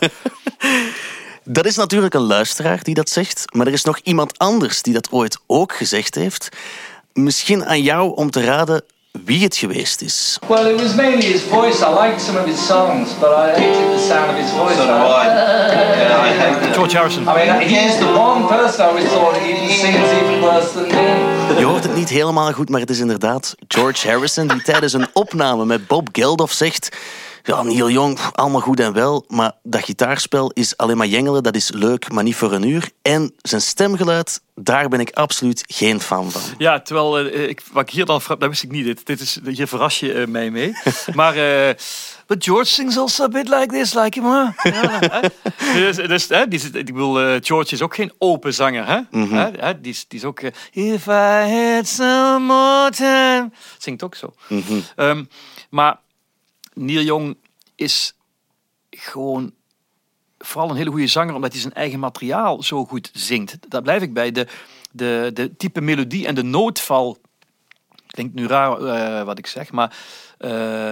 Dat is natuurlijk een luisteraar die dat zegt, maar er is nog iemand anders die dat ooit ook gezegd heeft. Misschien aan jou om te raden wie het geweest is. Well, it was mainly his voice. I liked some of his songs, but I hated the sound of his voice. So do I. Yeah, I hate it. George Harrison. I mean, he's the one person I always thought he sings even worse than me. Je hoort het niet helemaal goed, maar het is inderdaad George Harrison die tijdens een opname met Bob Geldof zegt... Ja, Neil Young, pff, allemaal goed en wel, maar dat gitaarspel is alleen maar jengelen, dat is leuk, maar niet voor een uur. En zijn stemgeluid, daar ben ik absoluut geen fan van. Ja, terwijl uh, ik, wat ik hier dan... Dat wist ik niet. Dit, dit is, hier verras je uh, mij mee. Maar... Uh, But George sings also a bit like this, like him, huh? Ja, hè? Dus, dus, hè, die, ik bedoel, uh, George is ook geen open zanger, hè? Mm-hmm. Hè? Die, is, die is ook... Uh, If I had some more time... Zingt ook zo. Mm-hmm. Um, maar Neil Young is gewoon vooral een hele goede zanger, omdat hij zijn eigen materiaal zo goed zingt. Daar blijf ik bij. De, de, de type melodie en de nootval... Klinkt nu raar uh, wat ik zeg, maar... Uh,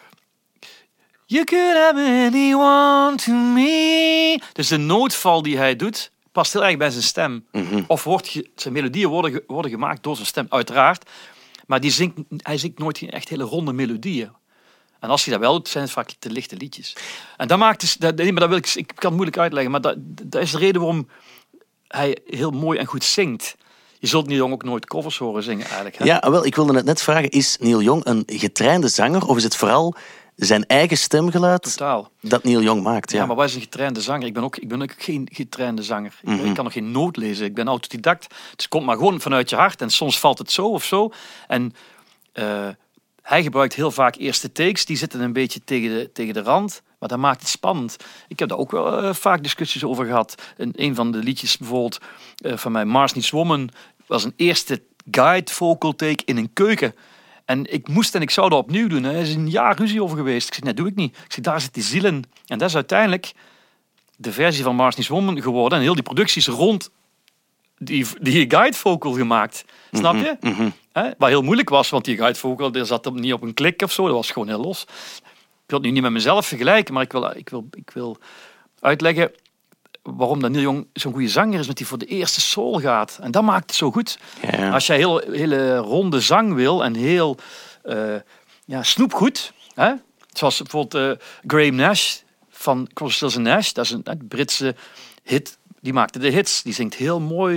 You could have anyone to me. Dus de nootval die hij doet, past heel erg bij zijn stem. Mm-hmm. Of wordt ge, zijn melodieën worden, ge, worden gemaakt door zijn stem, uiteraard. Maar die zingt, hij zingt nooit echt hele ronde melodieën. En als hij dat wel doet, zijn het vaak te lichte liedjes. En dat maakt dus, dat, nee, maar dat wil ik, ik kan het moeilijk uitleggen, maar dat, dat is de reden waarom hij heel mooi en goed zingt. Je zult Neil Young ook nooit covers horen zingen eigenlijk. Hè? Ja, wel, ik wilde het net vragen, is Neil Young een getrainde zanger of is het vooral zijn eigen stemgeluid Totaal. dat Neil Young maakt? Ja, Ja, maar wij zijn een getrainde zanger. Ik ben ook, ik ben ook geen getrainde zanger. Ik, ben- Mhm. ik kan nog geen noot lezen. Ik ben autodidact. Dus het komt maar gewoon vanuit je hart. En soms valt het zo of zo. En uh, hij gebruikt heel vaak eerste takes. Die zitten een beetje tegen de, tegen de rand. Maar dat maakt het spannend. Ik heb daar ook wel uh, vaak discussies over gehad. En een van de liedjes bijvoorbeeld uh, van mij, Mars Needs Woman, was een eerste guide vocal take in een keuken. En ik moest en ik zou dat opnieuw doen. Er is een jaar ruzie over geweest. Ik zei, nee, doe ik niet. Ik zei, daar zit die ziel in. En dat is uiteindelijk de versie van Mars Needs Woman geworden. En heel die productie is rond die, die guide vocal gemaakt. Snap je? Mhm. Hè? Wat heel moeilijk was, want die guide vocal er zat hem niet op een klik of zo. Dat was gewoon heel los. Ik wil het nu niet met mezelf vergelijken, maar ik wil, ik wil, ik wil uitleggen waarom dat Neil Young zo'n goede zanger is, met die voor de eerste soul gaat. En dat maakt het zo goed. Ja. Als jij heel hele ronde zang wil en heel uh, ja, snoepgoed, hè? Zoals bijvoorbeeld uh, Graham Nash van Crosby, Stills and Nash, dat is een, een Britse hit, die maakte de hits, die zingt heel mooi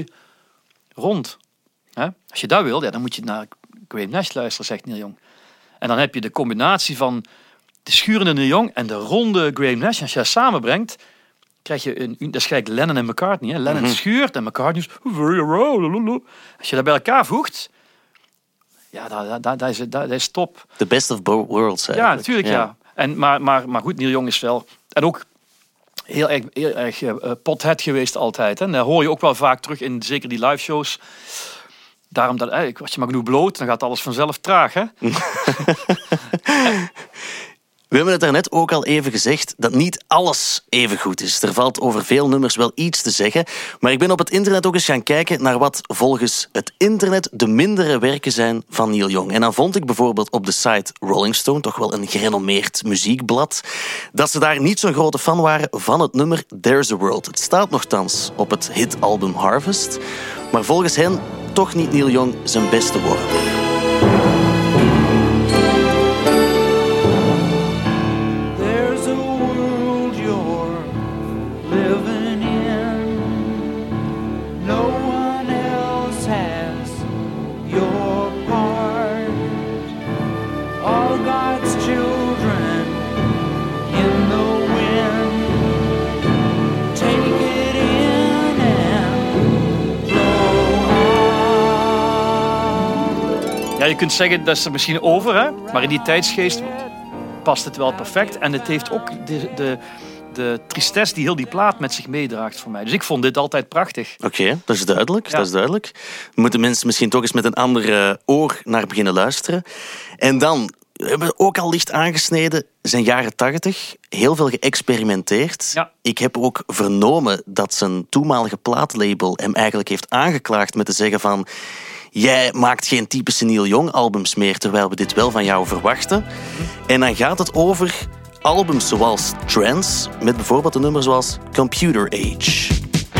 rond. Hè? Als je dat wil, ja, dan moet je naar Graham Nash luisteren, zegt Neil Young. En dan heb je de combinatie van de schurende Neil Young en de ronde Graham Nash. Als je dat samenbrengt, krijg je een... Dat is gelijk Lennon en McCartney. Hè? Lennon Mm-hmm. schuurt en McCartney is... Als je dat bij elkaar voegt, ja, dat, dat, dat, dat, is, dat, dat is top. The best of both worlds. Ja, eigenlijk. natuurlijk, ja. En, maar, maar, maar goed, Neil Young is wel... En ook heel erg, heel erg uh, pothead geweest altijd. Hè? En dat hoor je ook wel vaak terug in zeker die live shows. daarom dat, eh, als je maar genoeg bloot, dan gaat alles vanzelf traag. Hè? We hebben het daarnet ook al even gezegd dat niet alles even goed is. Er valt over veel nummers wel iets te zeggen. Maar ik ben op het internet ook eens gaan kijken naar wat volgens het internet de mindere werken zijn van Neil Young. En dan vond ik bijvoorbeeld op de site Rolling Stone, toch wel een gerenommeerd muziekblad, dat ze daar niet zo'n grote fan waren van het nummer There's a World. Het staat nochtans op het hitalbum Harvest. Maar volgens hen toch niet Neil Young zijn beste worp. Ja, je kunt zeggen dat is er misschien over, hè? Maar in die tijdsgeest past het wel perfect. En het heeft ook de, de, de tristesse die heel die plaat met zich meedraagt voor mij. Dus ik vond dit altijd prachtig. Oké, okay, dat is duidelijk. Ja. Dat is duidelijk. Moeten mensen misschien toch eens met een ander oor naar beginnen luisteren. En dan, we hebben ook al licht aangesneden, zijn jaren tachtig. Heel veel geëxperimenteerd. Ja. Ik heb ook vernomen dat zijn toenmalige plaatlabel hem eigenlijk heeft aangeklaagd met te zeggen van: jij maakt geen typische Neil Young albums meer, terwijl we dit wel van jou verwachten. En dan gaat het over albums zoals Trance, met bijvoorbeeld een nummer zoals Computer Age.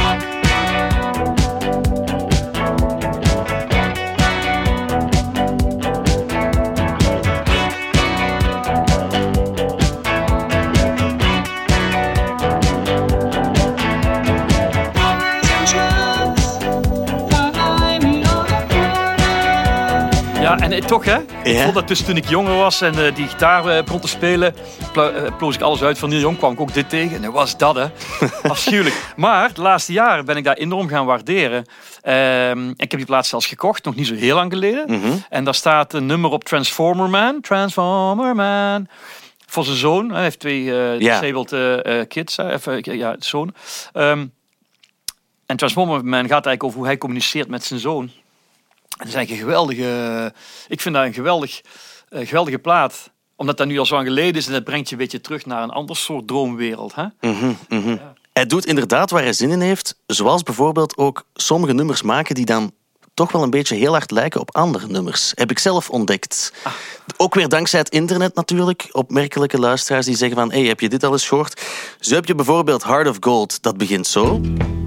Ja, en toch, hè? Ik Ja? vond dat dus toen ik jonger was en uh, die gitaar uh, begon te spelen, plo- uh, ploos ik alles uit van Neil Young, kwam ik ook dit tegen. En dat was dat, hè. Afschuwelijk. Maar de laatste jaren ben ik daar enorm gaan waarderen. Um, ik heb die plaat zelfs gekocht, nog niet zo heel lang geleden. Mm-hmm. En daar staat een nummer op Transformer Man. Transformer Man. Voor zijn zoon. Hij heeft twee uh, Ja. disabled uh, uh, kids. Hè. Even, ja, zoon. Um, en Transformer Man gaat eigenlijk over hoe hij communiceert met zijn zoon. En dat is eigenlijk een geweldige... Ik vind dat een geweldig, uh, geweldige plaat. Omdat dat nu al zo lang geleden is en dat brengt je een beetje terug naar een ander soort droomwereld. Hè? Mm-hmm, mm-hmm. Ja. Hij doet inderdaad waar hij zin in heeft. Zoals bijvoorbeeld ook sommige nummers maken die dan toch wel een beetje heel hard lijken op andere nummers. Heb ik zelf ontdekt. Ah. Ook weer dankzij het internet natuurlijk. Opmerkelijke luisteraars die zeggen van: hey, heb je dit al eens gehoord? Zo heb je bijvoorbeeld Heart of Gold. Dat begint zo.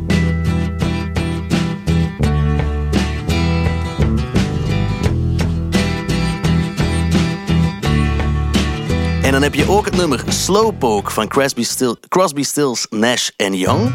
En dan heb je ook het nummer Slowpoke van Crosby, Still, Crosby, Stills, Nash en Young.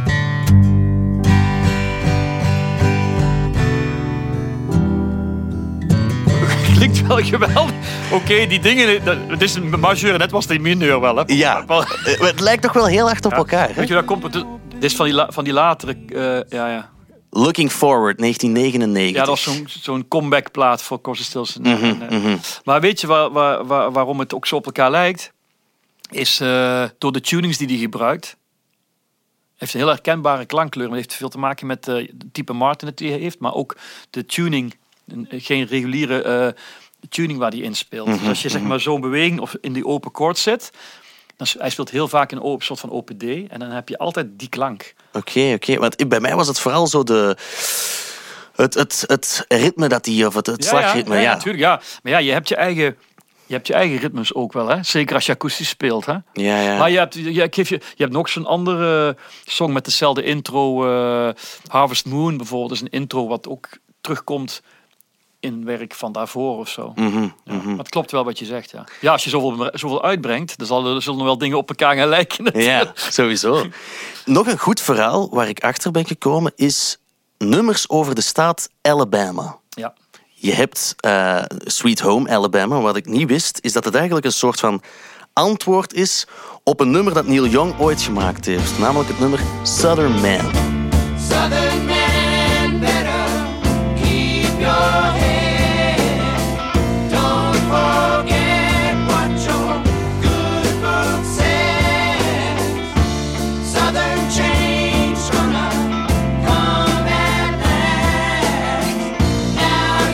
Klinkt wel geweldig. Oké, okay, die dingen... Het is een majeur, net was die mineur wel. Hè? Ja, het lijkt toch wel heel hard op ja. elkaar. Hè? Weet je, dat komt... Dit is van die, la, van die latere... Uh, ja, ja. Looking Forward, negentien negenennegentig. Ja, dat was zo'n, zo'n comebackplaat voor Crosby, Stills. Mm-hmm, mm-hmm. Maar weet je waar, waar, waar, waarom het ook zo op elkaar lijkt? Is uh, door de tunings die hij gebruikt. Hij heeft een heel herkenbare klankkleur. Maar het heeft veel te maken met uh, het type Martin dat hij heeft. Maar ook de tuning. Geen reguliere uh, tuning waar hij in speelt. Mm-hmm, dus als je zeg maar zo'n beweging of in die open chord zit... Dan, hij speelt heel vaak een op, soort van open D. En dan heb je altijd die klank. Oké, okay, oké. Okay. Want bij mij was het vooral zo de... Het, het, het ritme dat hij... Of het, het ja, slagritme, ja. ja. Ja, natuurlijk, ja. Maar ja, je hebt je eigen... Je hebt je eigen ritmes ook wel, hè? Zeker als je akoestisch speelt, hè? Ja, ja. Maar je hebt, je, ik geef je, je hebt nog zo'n andere song met dezelfde intro. Uh, Harvest Moon bijvoorbeeld is een intro wat ook terugkomt in werk van daarvoor of zo. Mm-hmm, ja. mm-hmm. Maar het klopt wel wat je zegt, ja. Ja, als je zoveel, zoveel uitbrengt, dan zal, er zullen er wel dingen op elkaar gaan lijken. Natuurlijk. Ja, sowieso. Nog een goed verhaal waar ik achter ben gekomen is nummers over de staat Alabama. Ja. Je hebt uh, Sweet Home Alabama. Wat ik niet wist, is dat het eigenlijk een soort van antwoord is op een nummer dat Neil Young ooit gemaakt heeft. Namelijk het nummer Southern Man. Southern Man, better keep your head. Don't forget what your good book says. Southern change gonna come at last. Now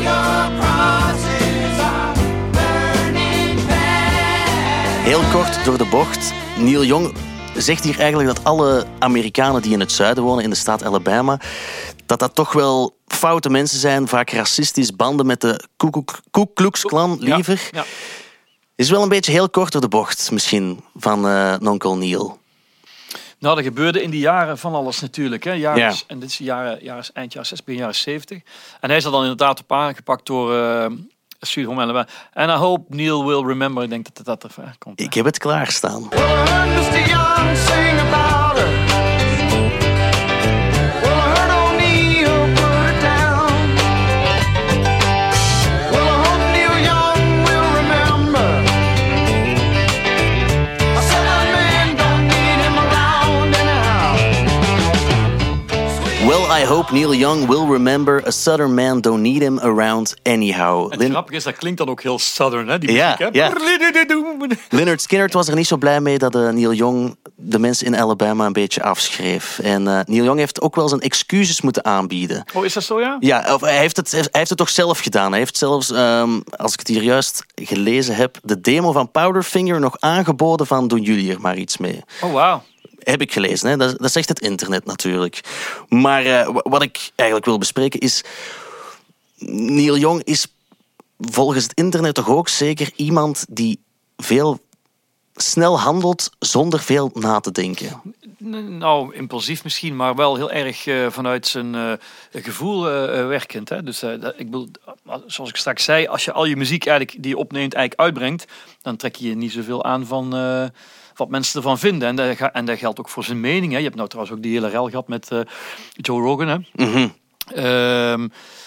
Heel kort door de bocht. Neil Young zegt hier eigenlijk dat alle Amerikanen die in het zuiden wonen, in de staat Alabama, dat dat toch wel foute mensen zijn, vaak racistisch, banden met de Ku Klux- Ku Klux Klan liever. Ja, ja. Is wel een beetje heel kort door de bocht misschien van uh, Nonkel Neil. Nou, dat gebeurde in die jaren van alles natuurlijk. Hè. Jaren, Ja. En dit is jaren, jaren, eind jaren zestig, begin jaren zeventig. En hij is er dan inderdaad op aangepakt door uh, Sweet Home Alabama. En I hope Neil will remember. Ik denk dat dat er uh, komt. Hè. Ik heb het klaarstaan. Well, I hope Neil Young will remember a Southern man don't need him around anyhow. En het Lin- grappige is, dat klinkt dan ook heel Southern, hè, die Ja, muziek. Hè? ja. Leonard Skinner was er niet zo blij mee dat uh, Neil Young de mensen in Alabama een beetje afschreef. En uh, Neil Young heeft ook wel zijn excuses moeten aanbieden. Oh, is dat zo, ja? Ja, of hij heeft het, hij heeft het toch zelf gedaan. Hij heeft zelfs, um, als ik het hier juist gelezen heb, de demo van Powderfinger nog aangeboden van doen jullie er maar iets mee. Oh, wauw. Heb ik gelezen, hè? Dat, dat zegt het internet natuurlijk. Maar uh, wat ik eigenlijk wil bespreken is, Neil Young is volgens het internet toch ook zeker iemand die veel snel handelt zonder veel na te denken. Nou, impulsief misschien, maar wel heel erg uh, vanuit zijn uh, gevoel uh, uh, werkend. Hè? Dus uh, dat, ik bedoel, zoals ik straks zei, als je al je muziek eigenlijk, die je opneemt eigenlijk uitbrengt, dan trek je je niet zoveel aan van uh, wat mensen ervan vinden. En dat, en dat geldt ook voor zijn mening. Hè? Je hebt nou trouwens ook die hele rel gehad met uh, Joe Rogan. Hè? Mm-hmm. Uh,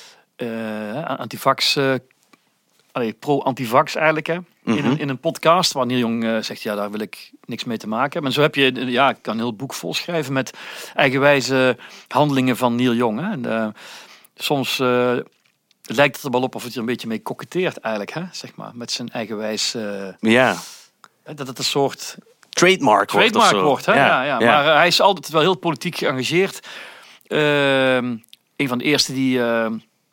uh, antivax, uh, allee, pro-antivax eigenlijk, hè? In, een, in een podcast waar Neil Young uh, zegt, ja, daar wil ik niks mee te maken hebben. En zo heb je, ja, ik kan een heel boek volschrijven met eigenwijze handelingen van Neil Young. Hè. En, uh, soms uh, lijkt het er wel op of het er een beetje mee koketteert eigenlijk, hè, zeg maar, met zijn eigenwijs. Uh, ja. Dat het een soort trademark, trademark wordt. Of wordt hè? Ja, ja, ja. ja. Maar uh, hij is altijd wel heel politiek geëngageerd. Uh, een van de eerste die, uh,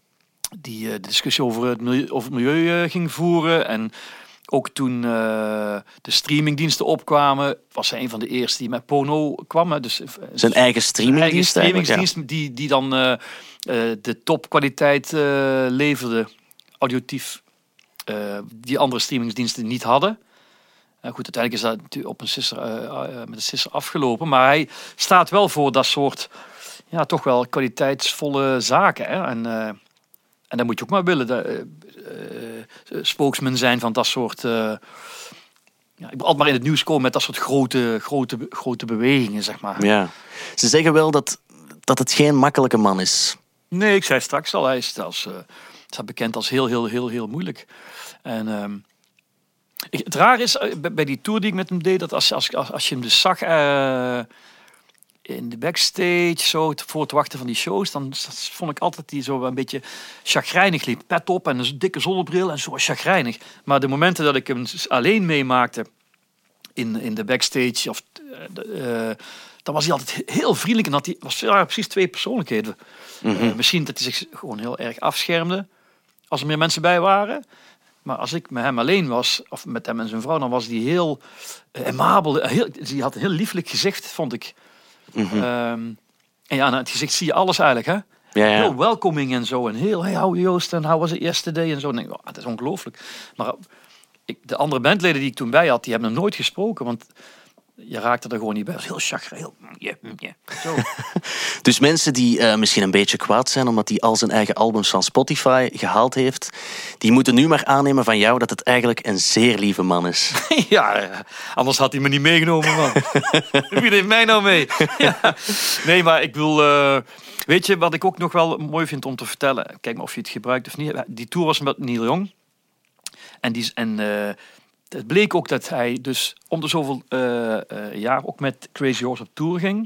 die uh, de discussie over het milieu, over het milieu uh, ging voeren. En ook toen uh, de streamingdiensten opkwamen, was hij een van de eerste die met Pono kwam. Hè. Dus, zijn eigen streamingdienst. Zijn eigen streamingsdienst ja. die, die dan uh, uh, de topkwaliteit uh, leverde, auditief, uh, die andere streamingsdiensten niet hadden. Uh, goed, uiteindelijk is dat natuurlijk op een sisser, uh, uh, met een sisser afgelopen. Maar hij staat wel voor dat soort, ja, toch wel kwaliteitsvolle zaken. Hè. En, uh, en dat moet je ook maar willen. De, uh, Uh, spokesman zijn van dat soort. Uh, ja, ik moet altijd maar in het nieuws komen met dat soort grote, grote, grote bewegingen, zeg maar. Ja. Ze zeggen wel dat, dat het geen makkelijke man is. Nee, ik zei straks al, hij is als, uh, staat bekend als heel, heel, heel, heel moeilijk. En um, ik, het raar is uh, bij die tour die ik met hem deed, dat als, als, als, als je hem dus zag. Uh, in de backstage, zo voor het wachten van die shows, dan vond ik altijd die zo een beetje chagrijnig liep. Pet op en een dikke zonnebril en zo chagrijnig. Maar de momenten dat ik hem alleen meemaakte in, in de backstage, of, uh, dan was hij altijd heel vriendelijk en had hij was ja, precies twee persoonlijkheden. Mm-hmm. Uh, misschien dat hij zich gewoon heel erg afschermde als er meer mensen bij waren. Maar als ik met hem alleen was, of met hem en zijn vrouw, dan was hij heel uh, aimabel. Heel, hij had een heel lieflijk gezicht, vond ik. Mm-hmm. Um, en ja, aan het gezicht zie je alles eigenlijk, hè? Ja, ja. Heel welcoming en zo. En heel, hey, how Joost, en how was it yesterday? En zo. En denk ik, oh, dat is ongelooflijk. Maar ik, de andere bandleden die ik toen bij had, die hebben hem nooit gesproken. Want je raakte er gewoon niet bij. Dat was heel chagrin. Heel, yeah, yeah, zo. Dus mensen die uh, misschien een beetje kwaad zijn omdat hij al zijn eigen albums van Spotify gehaald heeft, die moeten nu maar aannemen van jou dat het eigenlijk een zeer lieve man is. Ja, anders had hij me niet meegenomen, man. Wie neemt mij nou mee? Ja. Nee, maar ik wil... Uh, weet je, wat ik ook nog wel mooi vind om te vertellen? Kijk maar of je het gebruikt of niet. Die tour was met Neil Young. En, die, en uh, het bleek ook dat hij dus om de zoveel uh, uh, jaar ook met Crazy Horse op tour ging.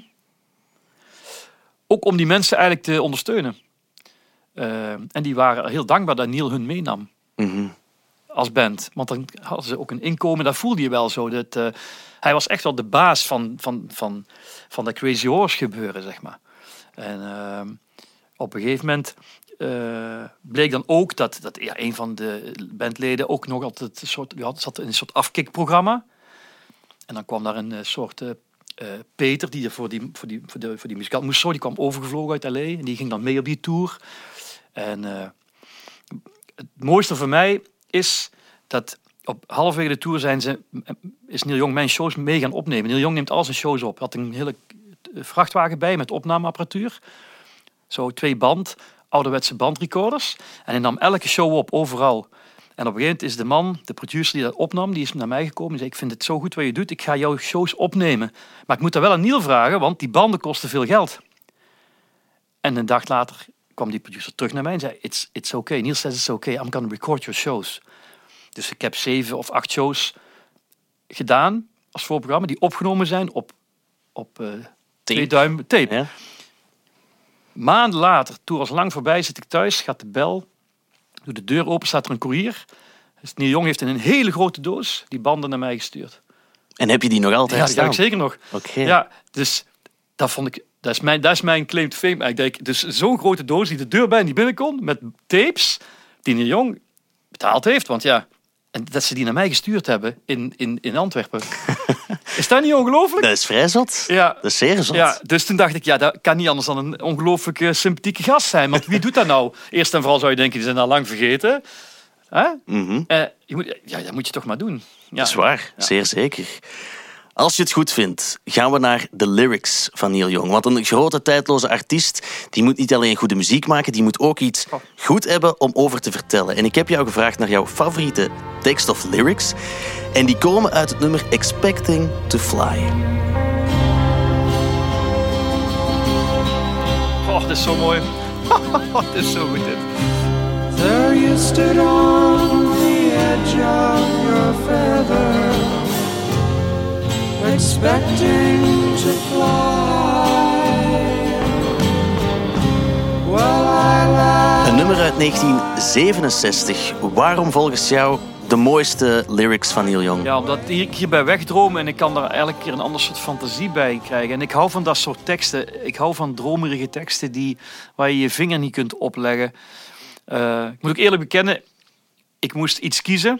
Ook om die mensen eigenlijk te ondersteunen. Uh, en die waren heel dankbaar dat Neil hun meenam. Mm-hmm. Als band. Want dan hadden ze ook een inkomen. Dat voelde je wel zo. Dat, uh, hij was echt wel de baas van, van, van, van dat Crazy Horse gebeuren, zeg maar. En uh, op een gegeven moment uh, bleek dan ook dat, dat ja, een van de bandleden ook nog altijd een soort, ja, zat in een soort afkikprogramma. En dan kwam daar een uh, soort uh, uh, Peter, die voor die, voor die, voor de, voor die muzikant moest zo, die kwam overgevlogen uit L A. En die ging dan mee op die tour. En uh, het mooiste voor mij is dat op halverwege de tour zijn ze, is Neil Young mijn shows mee gaan opnemen. Neil Young neemt al zijn shows op. Hij had een hele vrachtwagen bij met opnameapparatuur. Zo twee band, ouderwetse bandrecorders. En hij nam elke show op, overal. En op een gegeven moment is de man, de producer die dat opnam, die is naar mij gekomen en zei, ik vind het zo goed wat je doet, ik ga jouw shows opnemen. Maar ik moet dat wel aan Neil vragen, want die banden kosten veel geld. En een dag later kwam die producer terug naar mij en zei, it's, it's okay. Neil says it's okay, I'm gonna record your shows. Dus ik heb zeven of acht shows gedaan als voorprogramma, die opgenomen zijn op, op uh, twee duim tape. Ja. Maanden later, tour was lang voorbij, zit ik thuis, gaat de bel, doe de deur open, staat er een koerier. Dus Neil Young heeft in een hele grote doos die banden naar mij gestuurd. En heb je die nog altijd ja, staan? Ja, die heb ik zeker nog. Okay. Ja, dus dat vond ik, dat is mijn, dat is mijn claim to fame. Ik denk, dus zo'n grote doos die de deur bij niet binnen kon, met tapes, die Neil Young betaald heeft, want ja, en dat ze die naar mij gestuurd hebben in, in, in Antwerpen. Is dat niet ongelooflijk? Dat is vrij zot. Ja. Dat is zeer zot. Ja, dus toen dacht ik, ja, dat kan niet anders dan een ongelooflijk uh, sympathieke gast zijn. Want wie doet dat nou? Eerst en vooral zou je denken, die zijn al lang vergeten. Huh? Mm-hmm. Uh, je moet, ja, dat moet je toch maar doen. Ja. Dat is waar, ja. Zeer zeker. Als je het goed vindt, gaan we naar de lyrics van Neil Young. Want een grote, tijdloze artiest, die moet niet alleen goede muziek maken, die moet ook iets goed hebben om over te vertellen. En ik heb jou gevraagd naar jouw favoriete tekst of lyrics. En die komen uit het nummer Expecting to Fly. Oh, dat is zo mooi. Dat is zo goed, dit. There you stood on the edge of your feather, expecting to fly. Well, I laughed. Een nummer uit negentien zevenenzestig. Waarom volgens jou de mooiste lyrics van Neil Young? Ja, omdat ik hierbij wegdroom en ik kan daar elke keer een ander soort fantasie bij krijgen. En ik hou van dat soort teksten. Ik hou van dromerige teksten die, waar je je vinger niet kunt opleggen. Uh, ik moet ook eerlijk bekennen, ik moest iets kiezen.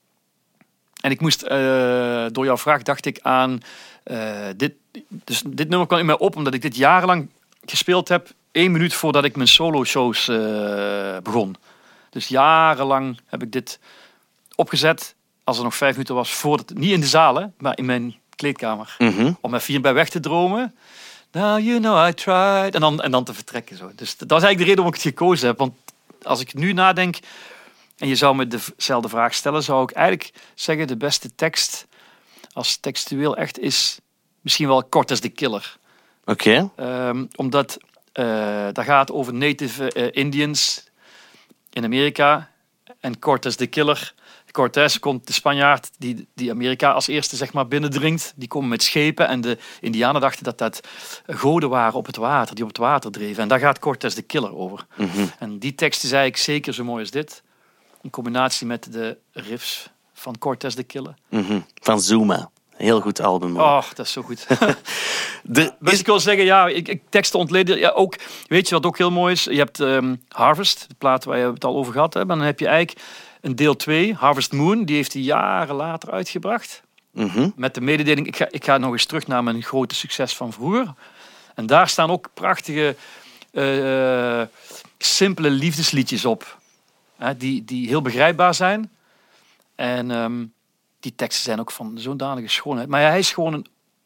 En ik moest, uh, door jouw vraag dacht ik aan, uh, dit, dus dit nummer kwam in mij op omdat ik dit jarenlang gespeeld heb, één minuut voordat ik mijn solo-shows uh, begon. Dus jarenlang heb ik dit opgezet, als er nog vijf minuten was, voordat, niet in de zaal, hè, maar in mijn kleedkamer. Mm-hmm. Om even hierbij weg te dromen. Now you know I tried. En dan, en dan te vertrekken. Zo. Dus dat is eigenlijk de reden waarom ik het gekozen heb. Want als ik nu nadenk en je zou me dezelfde vraag stellen, zou ik eigenlijk zeggen de beste tekst als textueel echt is misschien wel Kort as the Killer. Oké. Okay. Um, omdat uh, dat gaat over native uh, Indians in Amerika en Kort as the Killer. Cortés komt de Spanjaard die, die Amerika als eerste zeg maar binnendringt. Die komen met schepen en de Indianen dachten dat dat goden waren op het water, die op het water dreven. En daar gaat Cortés the Killer over. Mm-hmm. En die tekst is eigenlijk zeker zo mooi als dit. In combinatie met de riffs van Cortés the Killer. Mm-hmm. Van Zuma. Heel goed album. Oh, dat is zo goed. de, dus ik wil zeggen, ja, ik, ik teksten ontleden. Ja, ook, weet je wat ook heel mooi is? Je hebt um, Harvest, de plaat waar je het al over gehad hebt. En dan heb je eigenlijk een deel twee, Harvest Moon. Die heeft hij jaren later uitgebracht. Mm-hmm. Met de mededeling, ik ga, ik ga nog eens terug naar mijn grote succes van vroeger. En daar staan ook prachtige, uh, simpele liefdesliedjes op. Hè, die, die heel begrijpbaar zijn. En um, die teksten zijn ook van zo'n danige schoonheid. Maar ja, hij is gewoon een...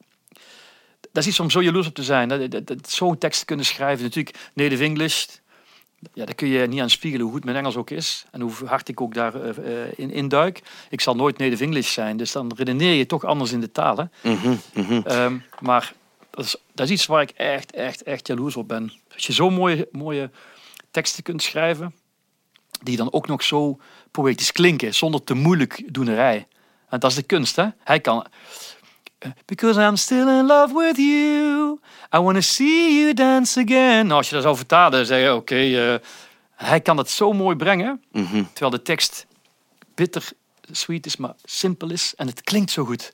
Dat is iets om zo jaloers op te zijn. Dat, dat, dat, zo'n tekst te kunnen schrijven. Natuurlijk, native English... Ja, daar kun je niet aan spiegelen hoe goed mijn Engels ook is. En hoe hard ik ook daarin uh, in, in duik. Ik zal nooit native English zijn. Dus dan redeneer je toch anders in de taal. Hè? Mm-hmm, mm-hmm. Um, maar dat is, dat is iets waar ik echt, echt, echt jaloers op ben. Als je zo'n mooie, mooie teksten kunt schrijven... die dan ook nog zo poëtisch klinken. Zonder te moeilijk doenerij. En dat is de kunst, hè. Hij kan... Because I'm still in love with you. I want to see you dance again. Nou, als je dat zou vertalen, zeg je, oké, okay, uh, hij kan dat zo mooi brengen. Mm-hmm. Terwijl de tekst bitter sweet is, maar simpel is. En het klinkt zo goed.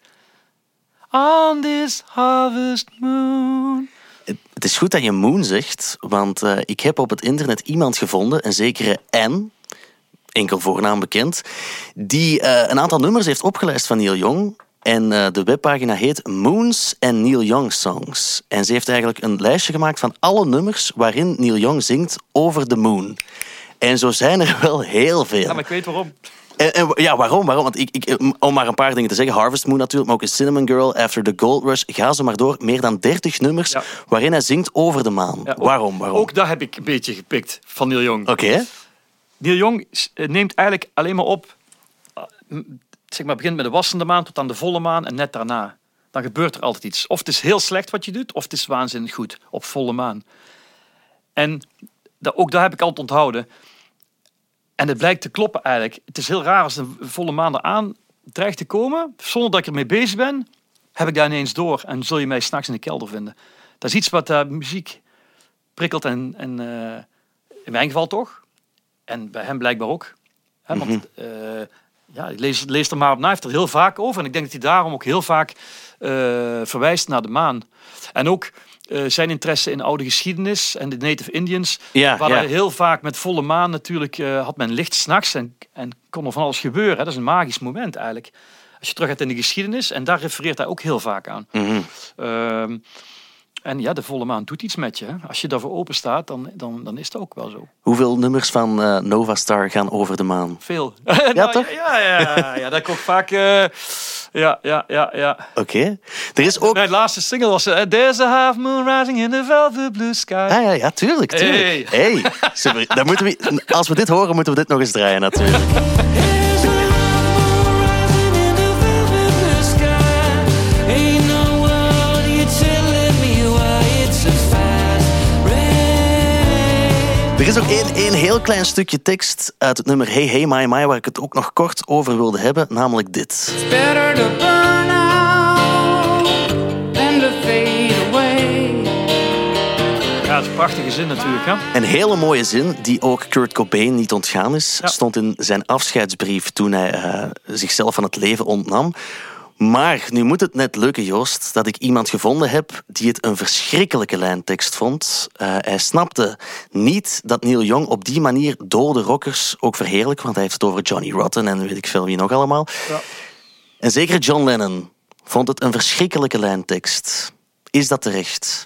On this harvest moon. Het is goed dat je Moon zegt, want uh, ik heb op het internet iemand gevonden, een zekere Anne, enkel voornaam bekend, die uh, een aantal nummers heeft opgelijst van Neil Young. En uh, de webpagina heet Moons and Neil Young Songs. En ze heeft eigenlijk een lijstje gemaakt van alle nummers waarin Neil Young zingt over de moon. En zo zijn er wel heel veel. Ja, maar ik weet waarom. En, en, ja, waarom? waarom? Want ik, ik, om maar een paar dingen te zeggen. Harvest Moon natuurlijk, maar ook een Cinnamon Girl, After the Gold Rush. Ga zo maar door. Meer dan dertig nummers ja. waarin hij zingt over de maan. Ja, ook, waarom? waarom? Ook dat heb ik een beetje gepikt van Neil Young. Oké. Okay. Neil Young neemt eigenlijk alleen maar op... Zeg maar, begint met de wassende maan tot aan de volle maan en net daarna. Dan gebeurt er altijd iets. Of het is heel slecht wat je doet, of het is waanzinnig goed. Op volle maan. En dat, ook dat heb ik altijd onthouden. En het blijkt te kloppen eigenlijk. Het is heel raar als de volle maan eraan dreigt te komen. Zonder dat ik ermee bezig ben, heb ik daar ineens door. En zul je mij 's nachts in de kelder vinden. Dat is iets wat uh, muziek prikkelt. En, en uh, in mijn geval toch. En bij hem blijkbaar ook. Hè, want... Mm-hmm. Uh, Ja, ik lees, lees er maar op na. Hij heeft er heel vaak over. En ik denk dat hij daarom ook heel vaak uh, verwijst naar de maan. En ook uh, zijn interesse in oude geschiedenis en de Native Indians. Ja, waar ja. hij heel vaak met volle maan natuurlijk uh, had men licht 's nachts en, en kon er van alles gebeuren. Hè. Dat is een magisch moment eigenlijk. Als je terug gaat in de geschiedenis. En daar refereert hij ook heel vaak aan. Mm-hmm. Uh, En ja, de volle maan doet iets met je. Hè. Als je daarvoor open staat, dan, dan, dan is het ook wel zo. Hoeveel nummers van uh, Nova Star gaan over de maan? Veel. Ja, nou, toch? Ja, ja, ja, ja, dat komt vaak... Uh, ja, ja, ja, ja. Oké. Okay. Er is ook... Nee, de laatste single was... Uh, There's a half moon rising in the velvet blue sky. Ah, ja, ja, tuurlijk, tuurlijk. Hey. Hey, super. Dan moeten we, als we dit horen, moeten we dit nog eens draaien, natuurlijk. Er is ook één, één heel klein stukje tekst uit het nummer Hey Hey My My waar ik het ook nog kort over wilde hebben, namelijk dit. It's better to burn out than to fade away. Ja, het is een prachtige zin natuurlijk. Hè? Een hele mooie zin die ook Kurt Cobain niet ontgaan is. Ja. Stond in zijn afscheidsbrief toen hij uh, zichzelf van het leven ontnam. Maar nu moet het net lukken, Joost, dat ik iemand gevonden heb die het een verschrikkelijke lijntekst vond. Uh, hij snapte niet dat Neil Young op die manier dode rockers ook verheerlijkt, want hij heeft het over Johnny Rotten en weet ik veel wie nog allemaal. Ja. En zeker John Lennon vond het een verschrikkelijke lijntekst. Is dat terecht?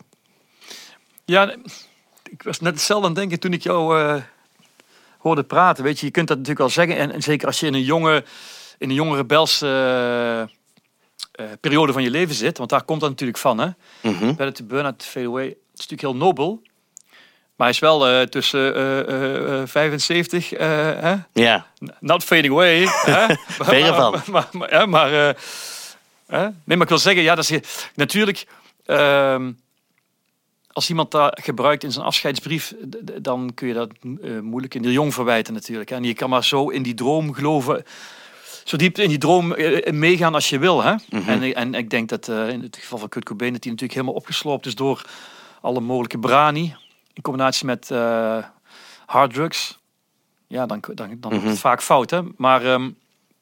Ja, ik was net hetzelfde aan het denken toen ik jou uh, hoorde praten. Weet je, je kunt dat natuurlijk wel zeggen. En, en zeker als je in een jonge, in een jonge rebelse... Uh, Uh, periode van je leven zit, want daar komt dat natuurlijk van. Hè? Mm-hmm. Better to burn out, to fade away. Het is natuurlijk heel nobel, maar hij is wel uh, tussen uh, uh, vijfenzeventig. Uh, hè? Yeah. Not fading away. Verre van. Maar, maar, maar, ja, maar, uh, uh, nee, maar ik wil zeggen, ja, dat is natuurlijk. Uh, als iemand dat gebruikt in zijn afscheidsbrief, d- d- dan kun je dat uh, moeilijk in de jong verwijten natuurlijk. Hè? En je kan maar zo in die droom geloven. Zo diep in die droom meegaan als je wil. Hè? Mm-hmm. En, en ik denk dat uh, in het geval van Kurt Cobain... dat hij natuurlijk helemaal opgesloopt is door alle mogelijke brani. In combinatie met uh, harddrugs. Ja, dan, dan, dan mm-hmm. wordt het vaak fout. Hè? Maar um,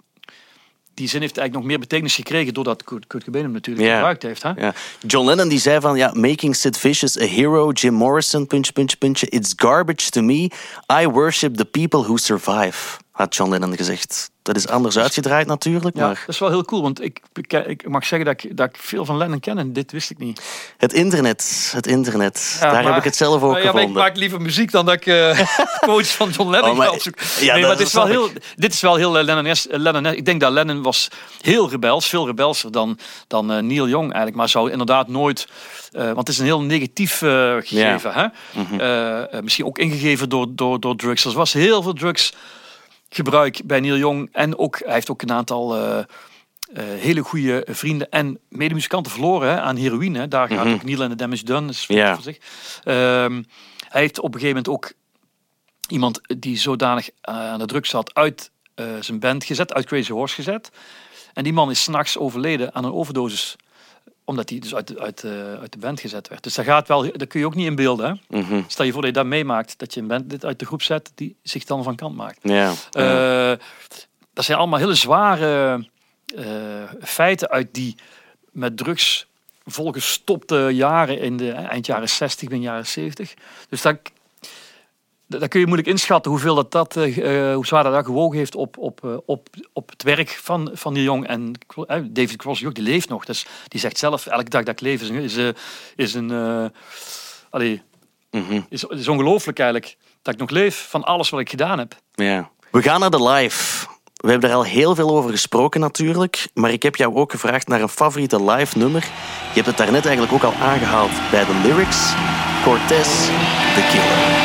die zin heeft eigenlijk nog meer betekenis gekregen... doordat Kurt, Kurt Cobain hem natuurlijk yeah. gebruikt heeft. Hè? Yeah. John Lennon die zei van... ja, making Sid Vicious a hero. Jim Morrison, puntje, puntje, puntje. It's garbage to me. I worship the people who survive. Had John Lennon gezegd. Dat is anders uitgedraaid natuurlijk. Ja, maar... dat is wel heel cool, want ik, ik, ik mag zeggen dat ik, dat ik veel van Lennon ken en dit wist ik niet. Het internet, het internet. Ja, daar maar, heb ik het zelf ook ja, gevonden. Ik maak liever muziek dan dat ik uh, quotes van John Lennon oh, maar, ga opzoeken. Ja, nee, maar dit is, wel heel, dit is wel heel uh, Lennon-esque. Uh, Lennon, ik denk dat Lennon was heel rebels, veel rebelser dan, dan uh, Neil Young eigenlijk. Maar zou inderdaad nooit... Uh, want het is een heel negatief uh, gegeven. Ja. Hè? Mm-hmm. Uh, uh, misschien ook ingegeven door, door, door drugs. Er was heel veel drugs... gebruik bij Neil Young. En ook, hij heeft ook een aantal uh, uh, hele goede vrienden en medemuzikanten verloren hè, aan heroïne. Hè. Daar mm-hmm. gaat ook Neil and the Damage Done. Dat is yeah. voor zich. Um, hij heeft op een gegeven moment ook iemand die zodanig uh, aan de drugs zat uit uh, zijn band gezet, uit Crazy Horse gezet. En die man is 's nachts overleden aan een overdosis. Omdat hij dus uit de, uit, de, uit de band gezet werd. Dus dat gaat wel, dat kun je ook niet inbeelden. Hè? Mm-hmm. Stel je voor dat je dat meemaakt, dat je een band dit uit de groep zet die zich dan van kant maakt. Ja. Uh, dat zijn allemaal hele zware uh, feiten uit die met drugs volgestopte jaren in de eind jaren zestig, begin jaren zeventig. Dus dat, dat kun je moeilijk inschatten hoeveel dat, dat uh, hoe zwaar dat, dat gewogen heeft op, op, uh, op, op het werk van, van Neil Young. En uh, David Crosby ook, die leeft nog. Dus die zegt zelf, elke dag dat ik leef is een... Is, uh, is een uh, allee, mm-hmm. is, is ongelooflijk eigenlijk dat ik nog leef van alles wat ik gedaan heb. Ja. We gaan naar de live. We hebben er al heel veel over gesproken natuurlijk, maar ik heb jou ook gevraagd naar een favoriete live nummer. Je hebt het daarnet eigenlijk ook al aangehaald bij de lyrics. Cortez, The Killer.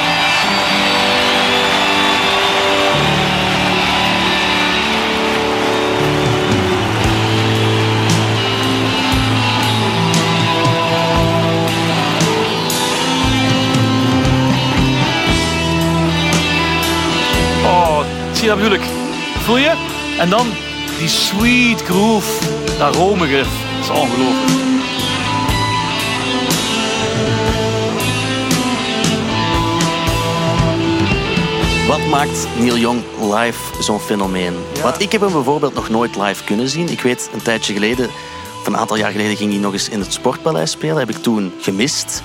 Oh, zie je dat bedoel ik? Voel je? En dan die sweet groove, dat romige. Dat is ongelooflijk. Wat maakt Neil Young live zo'n fenomeen? Ja. Want ik heb hem bijvoorbeeld nog nooit live kunnen zien. Ik weet, een tijdje geleden, of een aantal jaar geleden, ging hij nog eens in het Sportpaleis spelen. Heb ik toen gemist.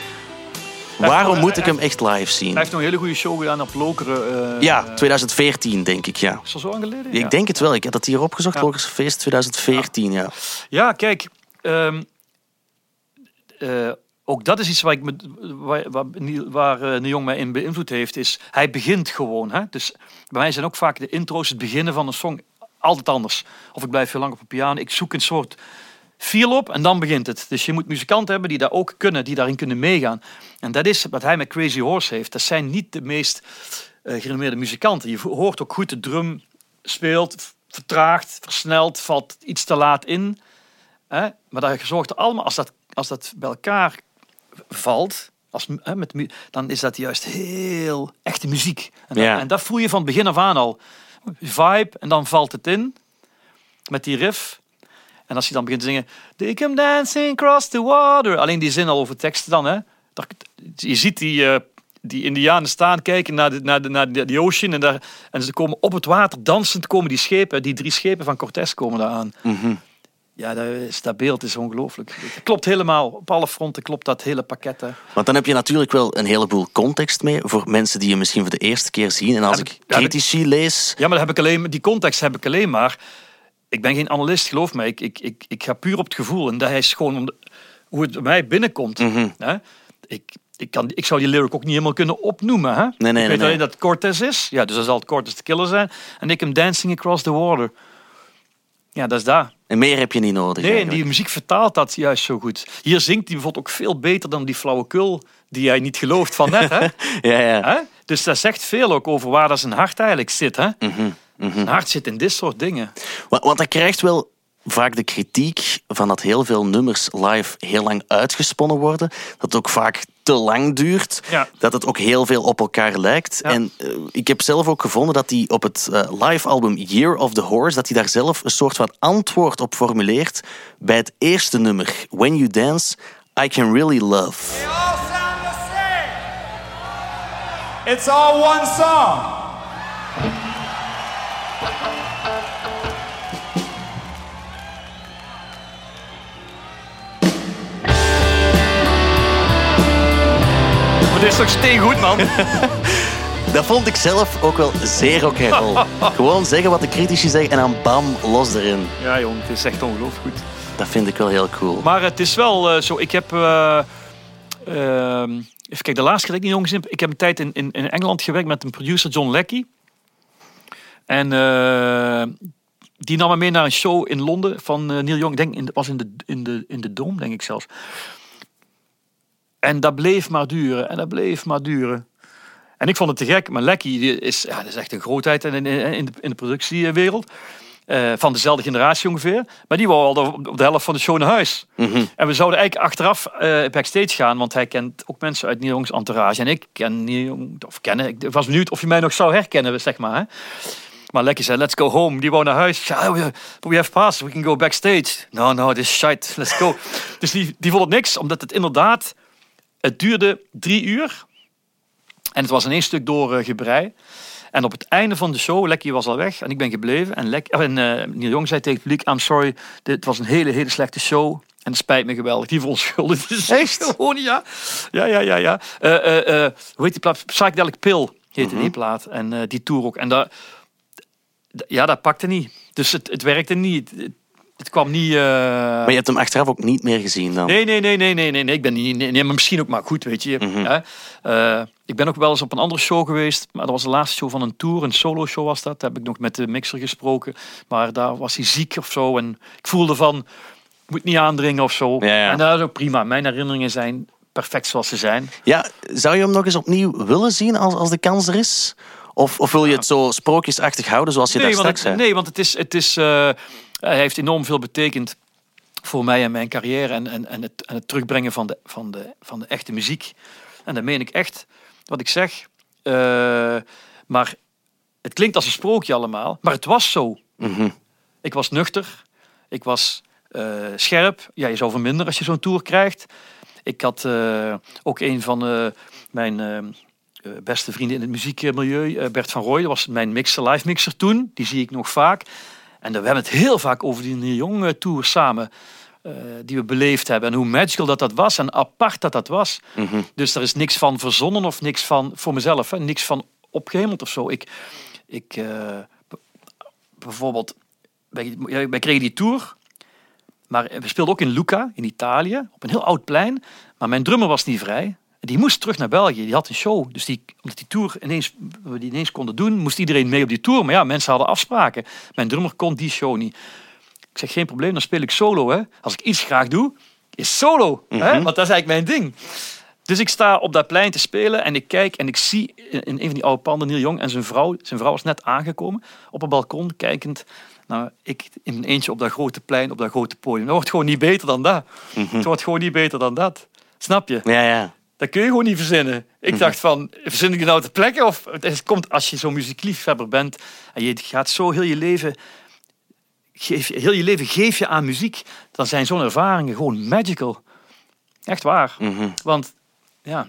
Waarom moet ik hem echt live zien? Hij heeft nog een hele goede show gedaan op Lokeren. Uh, ja, twintig veertien denk ik, ja. Is dat zo lang geleden? Ik ja. denk het wel. Ik heb dat hier opgezocht. Ja. Lokersfeest twintig veertien, ja. Ja, ja kijk. Um, uh, ook dat is iets waar, ik me, waar, waar, waar uh, Neil Young mij in beïnvloed heeft. Is, hij begint gewoon. Hè? Dus bij mij zijn ook vaak de intro's, het beginnen van een song, altijd anders. Of ik blijf heel lang op een piano. Ik zoek een soort feel op en dan begint het. Dus je moet muzikanten hebben die dat ook kunnen, die daarin kunnen meegaan. En dat is wat hij met Crazy Horse heeft. Dat zijn niet de meest uh, gerenommeerde muzikanten. Je hoort ook goed, de drum speelt, vertraagt, versnelt, valt iets te laat in. Hè? Maar dat zorgt er allemaal, als dat, als dat bij elkaar valt, als, hè, met, dan is dat juist heel echte muziek. En dat, ja. en dat voel je van het begin af aan al. Vibe, en dan valt het in met die riff. En als je dan begint te zingen, they come dancing across the water. Alleen die zin al over teksten dan, hè. Je ziet die, uh, die indianen staan, kijken naar de, naar de, naar de, de ocean. En, daar, en ze komen op het water, dansend komen die schepen. Die drie schepen van Cortez komen daar aan. Mm-hmm. Ja, dat, is, dat beeld is ongelooflijk. Het klopt helemaal. Op alle fronten klopt dat hele pakket. Hè. Want dan heb je natuurlijk wel een heleboel context mee voor mensen die je misschien voor de eerste keer zien. En als heb ik, ik critici ik, lees... Ja, maar heb ik alleen, die context heb ik alleen maar... Ik ben geen analist, geloof me. Ik, ik, ik, ik ga puur op het gevoel. En dat is gewoon om de, hoe het bij mij binnenkomt. Mm-hmm. Hè? Ik, ik, kan, ik zou die lyric ook niet helemaal kunnen opnoemen. Hè? Nee, nee, ik weet nee, alleen nee. dat het Cortez is. Ja, dus dat zal het Cortez the Killer zijn. En ik hem Dancing Across the Water. Ja, dat is daar. En meer heb je niet nodig. Nee, en die muziek vertaalt dat juist zo goed. Hier zingt hij bijvoorbeeld ook veel beter dan die flauwekul die jij niet gelooft van net. Hè? ja, ja. Hè? Dus dat zegt veel ook over waar dat zijn hart eigenlijk zit. Hè? Mm-hmm. Mm-hmm. Zijn hart zit in dit soort dingen. Want, want dat krijgt wel vaak de kritiek van dat heel veel nummers live heel lang uitgesponnen worden. Dat het ook vaak te lang duurt. Ja. Dat het ook heel veel op elkaar lijkt. Ja. En uh, ik heb zelf ook gevonden dat hij op het uh, live album Year of the Horse, dat hij daar zelf een soort van antwoord op formuleert bij het eerste nummer. When You Dance, I Can Really Love. They all sound the same. It's all one song. Dit is toch steengoed, man? Dat vond ik zelf ook wel zeer rock'n'roll. Gewoon zeggen wat de critici zeggen en dan bam, los erin. Ja, jong, het is echt ongelooflijk goed. Dat vind ik wel heel cool. Maar het is wel uh, zo, ik heb... Uh, uh, even kijken, de laatste keer dat ik niet jong ben, ik heb een tijd in, in, in Engeland gewerkt met een producer, John Leckie. En uh, die nam me mee naar een show in Londen van uh, Neil Young. Ik denk, in, was in de, in, de, in de Dome, denk ik zelfs. En dat bleef maar duren. En dat bleef maar duren. En ik vond het te gek. Maar Leckie is, ja, dat is echt een grootheid in, in, in, de, in de productiewereld. Uh, van dezelfde generatie ongeveer. Maar die wou al op de helft van de show naar huis. Mm-hmm. En we zouden eigenlijk achteraf uh, backstage gaan. Want hij kent ook mensen uit Neil Young's entourage. En ik ken Neil Young, of kennen. Ik was benieuwd of je mij nog zou herkennen, zeg maar. Hè? Maar Leckie zei, let's go home. Die wou naar huis. Ja, we, we have passed. We can go backstage. No, no, this is shit. Let's go. Dus die, die vond het niks. Omdat het inderdaad... Het duurde drie uur. En het was in één stuk doorgebrei. En op het einde van de show, Leckie was al weg. En ik ben gebleven. En, Lek, en uh, Neil Young zei tegen het publiek, I'm sorry. Dit was een hele, hele slechte show. En het spijt me geweldig, die verontschuldigd is. Echt? Gewoon, ja. Ja, ja, ja, ja. Uh, uh, uh, hoe heet die plaat? Psychedelic Pill heette mm-hmm. die plaat. En uh, die tour ook. En dat, ja, dat pakte niet. Dus het, het werkte niet. Het, het kwam niet... Uh... Maar je hebt hem achteraf ook niet meer gezien dan? Nee, nee, nee, nee, nee, nee, nee. Ik ben niet... Nee, nee, maar misschien ook maar goed, weet je. Mm-hmm. Hè? Uh, ik ben ook wel eens op een andere show geweest. Maar dat was de laatste show van een tour. Een solo show was dat. Daar heb ik nog met de mixer gesproken. Maar daar was hij ziek of zo. En ik voelde van... moet niet aandringen of zo. Ja, ja. En dat is ook prima. Mijn herinneringen zijn perfect zoals ze zijn. Ja, zou je hem nog eens opnieuw willen zien als, als de kans er is? Of, of wil je het zo sprookjesachtig houden zoals je nee, daar want straks het, zei? Nee, want het is, het is, uh, hij heeft enorm veel betekend voor mij en mijn carrière. En, en, en, het, en het terugbrengen van de, van, de, van de echte muziek. En dat meen ik echt, wat ik zeg. Uh, maar het klinkt als een sprookje allemaal. Maar het was zo. Mm-hmm. Ik was nuchter. Ik was... Uh, scherp. Ja, je zou verminderen als je zo'n tour krijgt. Ik had uh, ook een van uh, mijn uh, beste vrienden in het muziekmilieu, uh, Bert van Rooij. Dat was mijn mixer, live mixer toen. Die zie ik nog vaak. En we hebben het heel vaak over die Neil Young tour samen. Uh, die we beleefd hebben. En hoe magical dat dat was. En apart dat dat was. Mm-hmm. Dus er is niks van verzonnen of niks van voor mezelf. Hè, niks van opgehemeld of zo. Ik, ik uh, b- bijvoorbeeld, wij, wij kregen die tour... Maar we speelden ook in Lucca, in Italië, op een heel oud plein. Maar mijn drummer was niet vrij. Die moest terug naar België. Die had een show. Dus die, omdat die tour ineens, we die ineens konden doen, moest iedereen mee op die tour. Maar ja, mensen hadden afspraken. Mijn drummer kon die show niet. Ik zeg, geen probleem, dan speel ik solo. Hè. Als ik iets graag doe, is solo. Mm-hmm. Hè? Want dat is eigenlijk mijn ding. Dus ik sta op dat plein te spelen en ik kijk en ik zie in een van die oude panden Neil Young en zijn vrouw. Zijn vrouw was net aangekomen op een balkon, kijkend. Nou, ik in mijn eentje op dat grote plein, op dat grote podium. Dat wordt gewoon niet beter dan dat. Mm-hmm. Het wordt gewoon niet beter dan dat. Snap je? Ja, ja. Dat kun je gewoon niet verzinnen. Ik mm-hmm. dacht van, verzin ik het nou ter plekke? Of het komt als je zo'n muziekliefhebber bent en je gaat zo heel je leven... Geef, heel je leven geef je aan muziek. Dan zijn zo'n ervaringen gewoon magical. Echt waar. Mm-hmm. Want, ja...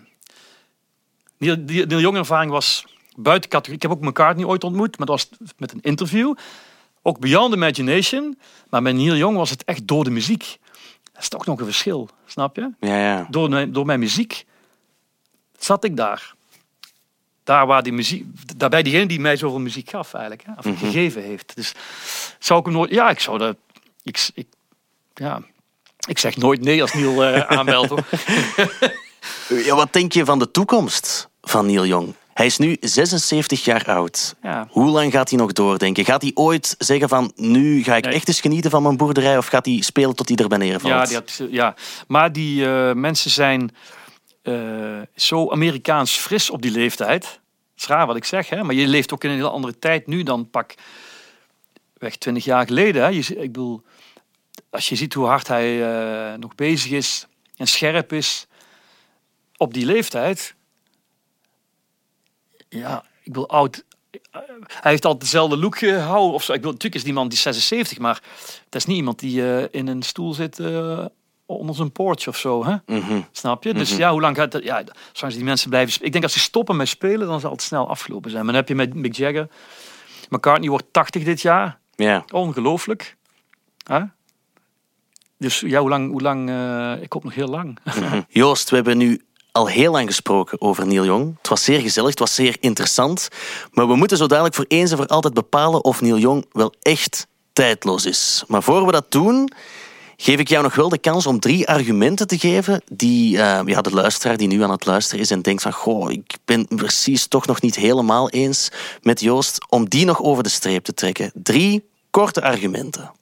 Neil, Neil Young ervaring was buiten categorie. Ik heb ook McCartney ooit ontmoet, maar dat was met een interview. Ook Beyond Imagination. Maar met Neil Young was het echt door de muziek. Dat is toch nog een verschil, snap je? Ja, ja. Door, mijn, door mijn muziek zat ik daar. Daar waar die muziek... Daarbij diegene die mij zoveel muziek gaf eigenlijk. Hè, of mm-hmm. gegeven heeft. Dus zou ik hem nooit... Ja, ik zou dat... Ik, ik, ja, ik zeg nooit nee als Neil uh, aanbelt. Hoor. Ja, wat denk je van de toekomst van Neil Young? Hij is nu zesenzeventig jaar oud. Ja. Hoe lang gaat hij nog doordenken? Gaat hij ooit zeggen van, nu ga ik nee. echt eens genieten van mijn boerderij? Of gaat hij spelen tot hij erbij neervalt? Ja, die had, ja. maar die uh, mensen zijn uh, zo Amerikaans fris op die leeftijd. Het is raar wat ik zeg, hè? Maar je leeft ook in een heel andere tijd nu dan pak weg twintig jaar geleden. Hè? Je, ik bedoel, als je ziet hoe hard hij uh, nog bezig is en scherp is op die leeftijd... Ja, ik wil oud. Hij heeft altijd dezelfde look gehouden. Of zo. Ik wil, natuurlijk is die man die zesenzeventig, maar het is niet iemand die uh, in een stoel zit uh, onder zijn porch of zo. Hè? Mm-hmm. Snap je? Dus mm-hmm. ja, hoe lang gaat dat? Ja, zoals die mensen blijven spelen. Ik denk als ze stoppen met spelen, dan zal het snel afgelopen zijn. Maar dan heb je met Mick Jagger. McCartney wordt tachtig dit jaar. Yeah. Ongelooflijk. Huh? Dus ja, hoe lang? Hoe lang uh, ik hoop nog heel lang. Mm-hmm. Joost, we hebben nu al heel lang gesproken over Neil Young. Het was zeer gezellig, het was zeer interessant. Maar we moeten zo dadelijk voor eens en voor altijd bepalen of Neil Young wel echt tijdloos is. Maar voor we dat doen, geef ik jou nog wel de kans om drie argumenten te geven die uh, ja, de luisteraar die nu aan het luisteren is en denkt van, goh, ik ben precies toch nog niet helemaal eens met Joost, om die nog over de streep te trekken. Drie korte argumenten.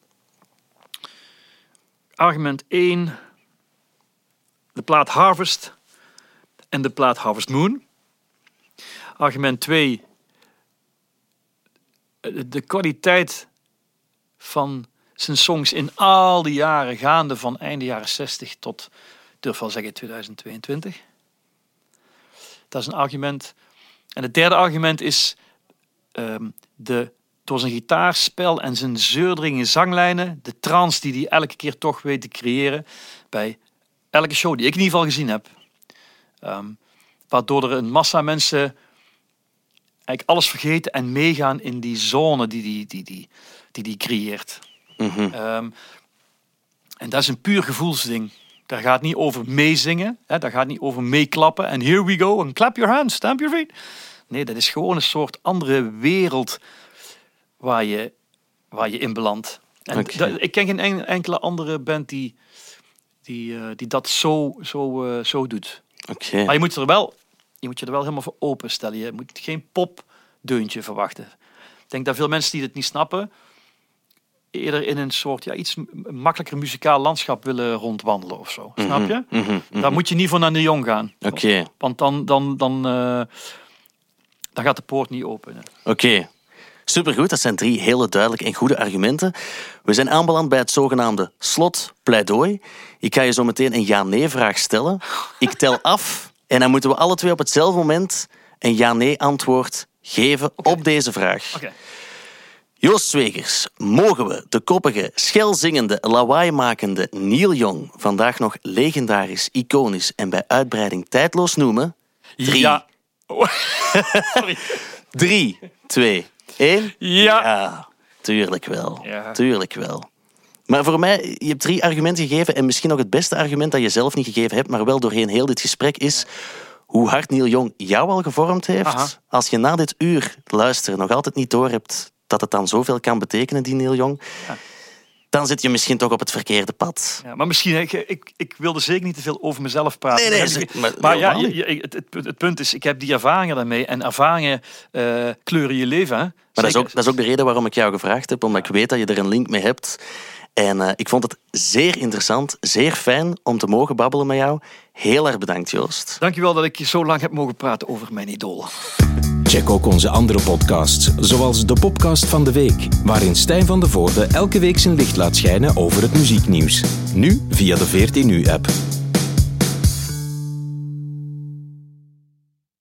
Argument één. De plaat Harvest en de plaat Harvest Moon. Argument twee. De kwaliteit van zijn songs in al die jaren, gaande van einde jaren zestig tot, ik durf wel zeggen, tweeduizend tweeëntwintig. Dat is een argument. En het derde argument is um, de, door zijn gitaarspel en zijn zeurderingen zanglijnen, de trance die hij elke keer toch weet te creëren bij elke show die ik in ieder geval gezien heb. Um, waardoor er een massa mensen eigenlijk alles vergeten en meegaan in die zone die die, die, die, die, die creëert. Mm-hmm. Um, En dat is een puur gevoelsding. Dat gaat niet over meezingen. Hè? Dat gaat niet over meeklappen. En here we go. En clap your hands, stamp your feet. Nee, dat is gewoon een soort andere wereld waar je, waar je in belandt. En Okay. dat, ik ken geen enkele andere band die, die, uh, die dat zo, zo, uh, zo doet. Okay. Maar je moet, er wel, je moet je er wel helemaal voor openstellen. Je moet geen popdeuntje verwachten. Ik denk dat veel mensen die het niet snappen, eerder in een soort ja, iets makkelijker muzikaal landschap willen rondwandelen of zo. Mm-hmm, Snap je? Mm-hmm, mm-hmm. Daar moet je niet voor naar Neon gaan. Oké. Okay. Want dan, dan, dan, uh, dan gaat de poort niet open. Oké. Okay. Supergoed, dat zijn drie hele duidelijke en goede argumenten. We zijn aanbeland bij het zogenaamde slot-pleidooi. Ik ga je zo meteen een ja-nee-vraag stellen. Ik tel af en dan moeten we alle twee op hetzelfde moment een ja-nee-antwoord geven okay. op deze vraag. Okay. Joost Zwegers, mogen we de koppige, schelzingende, lawaaimakende Neil Young vandaag nog legendarisch, iconisch en bij uitbreiding tijdloos noemen? Drie. Ja. Oh. Sorry. Drie, twee, één. Ja. Ja, tuurlijk wel. Ja. Tuurlijk wel. Maar voor mij, je hebt drie argumenten gegeven en misschien nog het beste argument dat je zelf niet gegeven hebt, maar wel doorheen heel dit gesprek is hoe hard Neil Young jou al gevormd heeft. Aha. Als je na dit uur luisteren nog altijd niet doorhebt dat het dan zoveel kan betekenen, die Neil Young, ja. dan zit je misschien toch op het verkeerde pad. Ja, maar misschien, ik, ik, ik wilde zeker niet te veel over mezelf praten. Nee, nee, ik, maar, maar ja, je, je, het, het, het punt is, ik heb die ervaringen daarmee en ervaringen uh, kleuren je leven. Hè? Maar dat is, ook, dat is ook de reden waarom ik jou gevraagd heb, omdat ik weet dat je er een link mee hebt. En uh, ik vond het zeer interessant, zeer fijn om te mogen babbelen met jou. Heel erg bedankt, Joost. Dankjewel dat ik je zo lang heb mogen praten over mijn idolen. Check ook onze andere podcasts, zoals de Popcast van de Week, waarin Stijn van de Voorde elke week zijn licht laat schijnen over het muzieknieuws. Nu via de V R T Nu-app.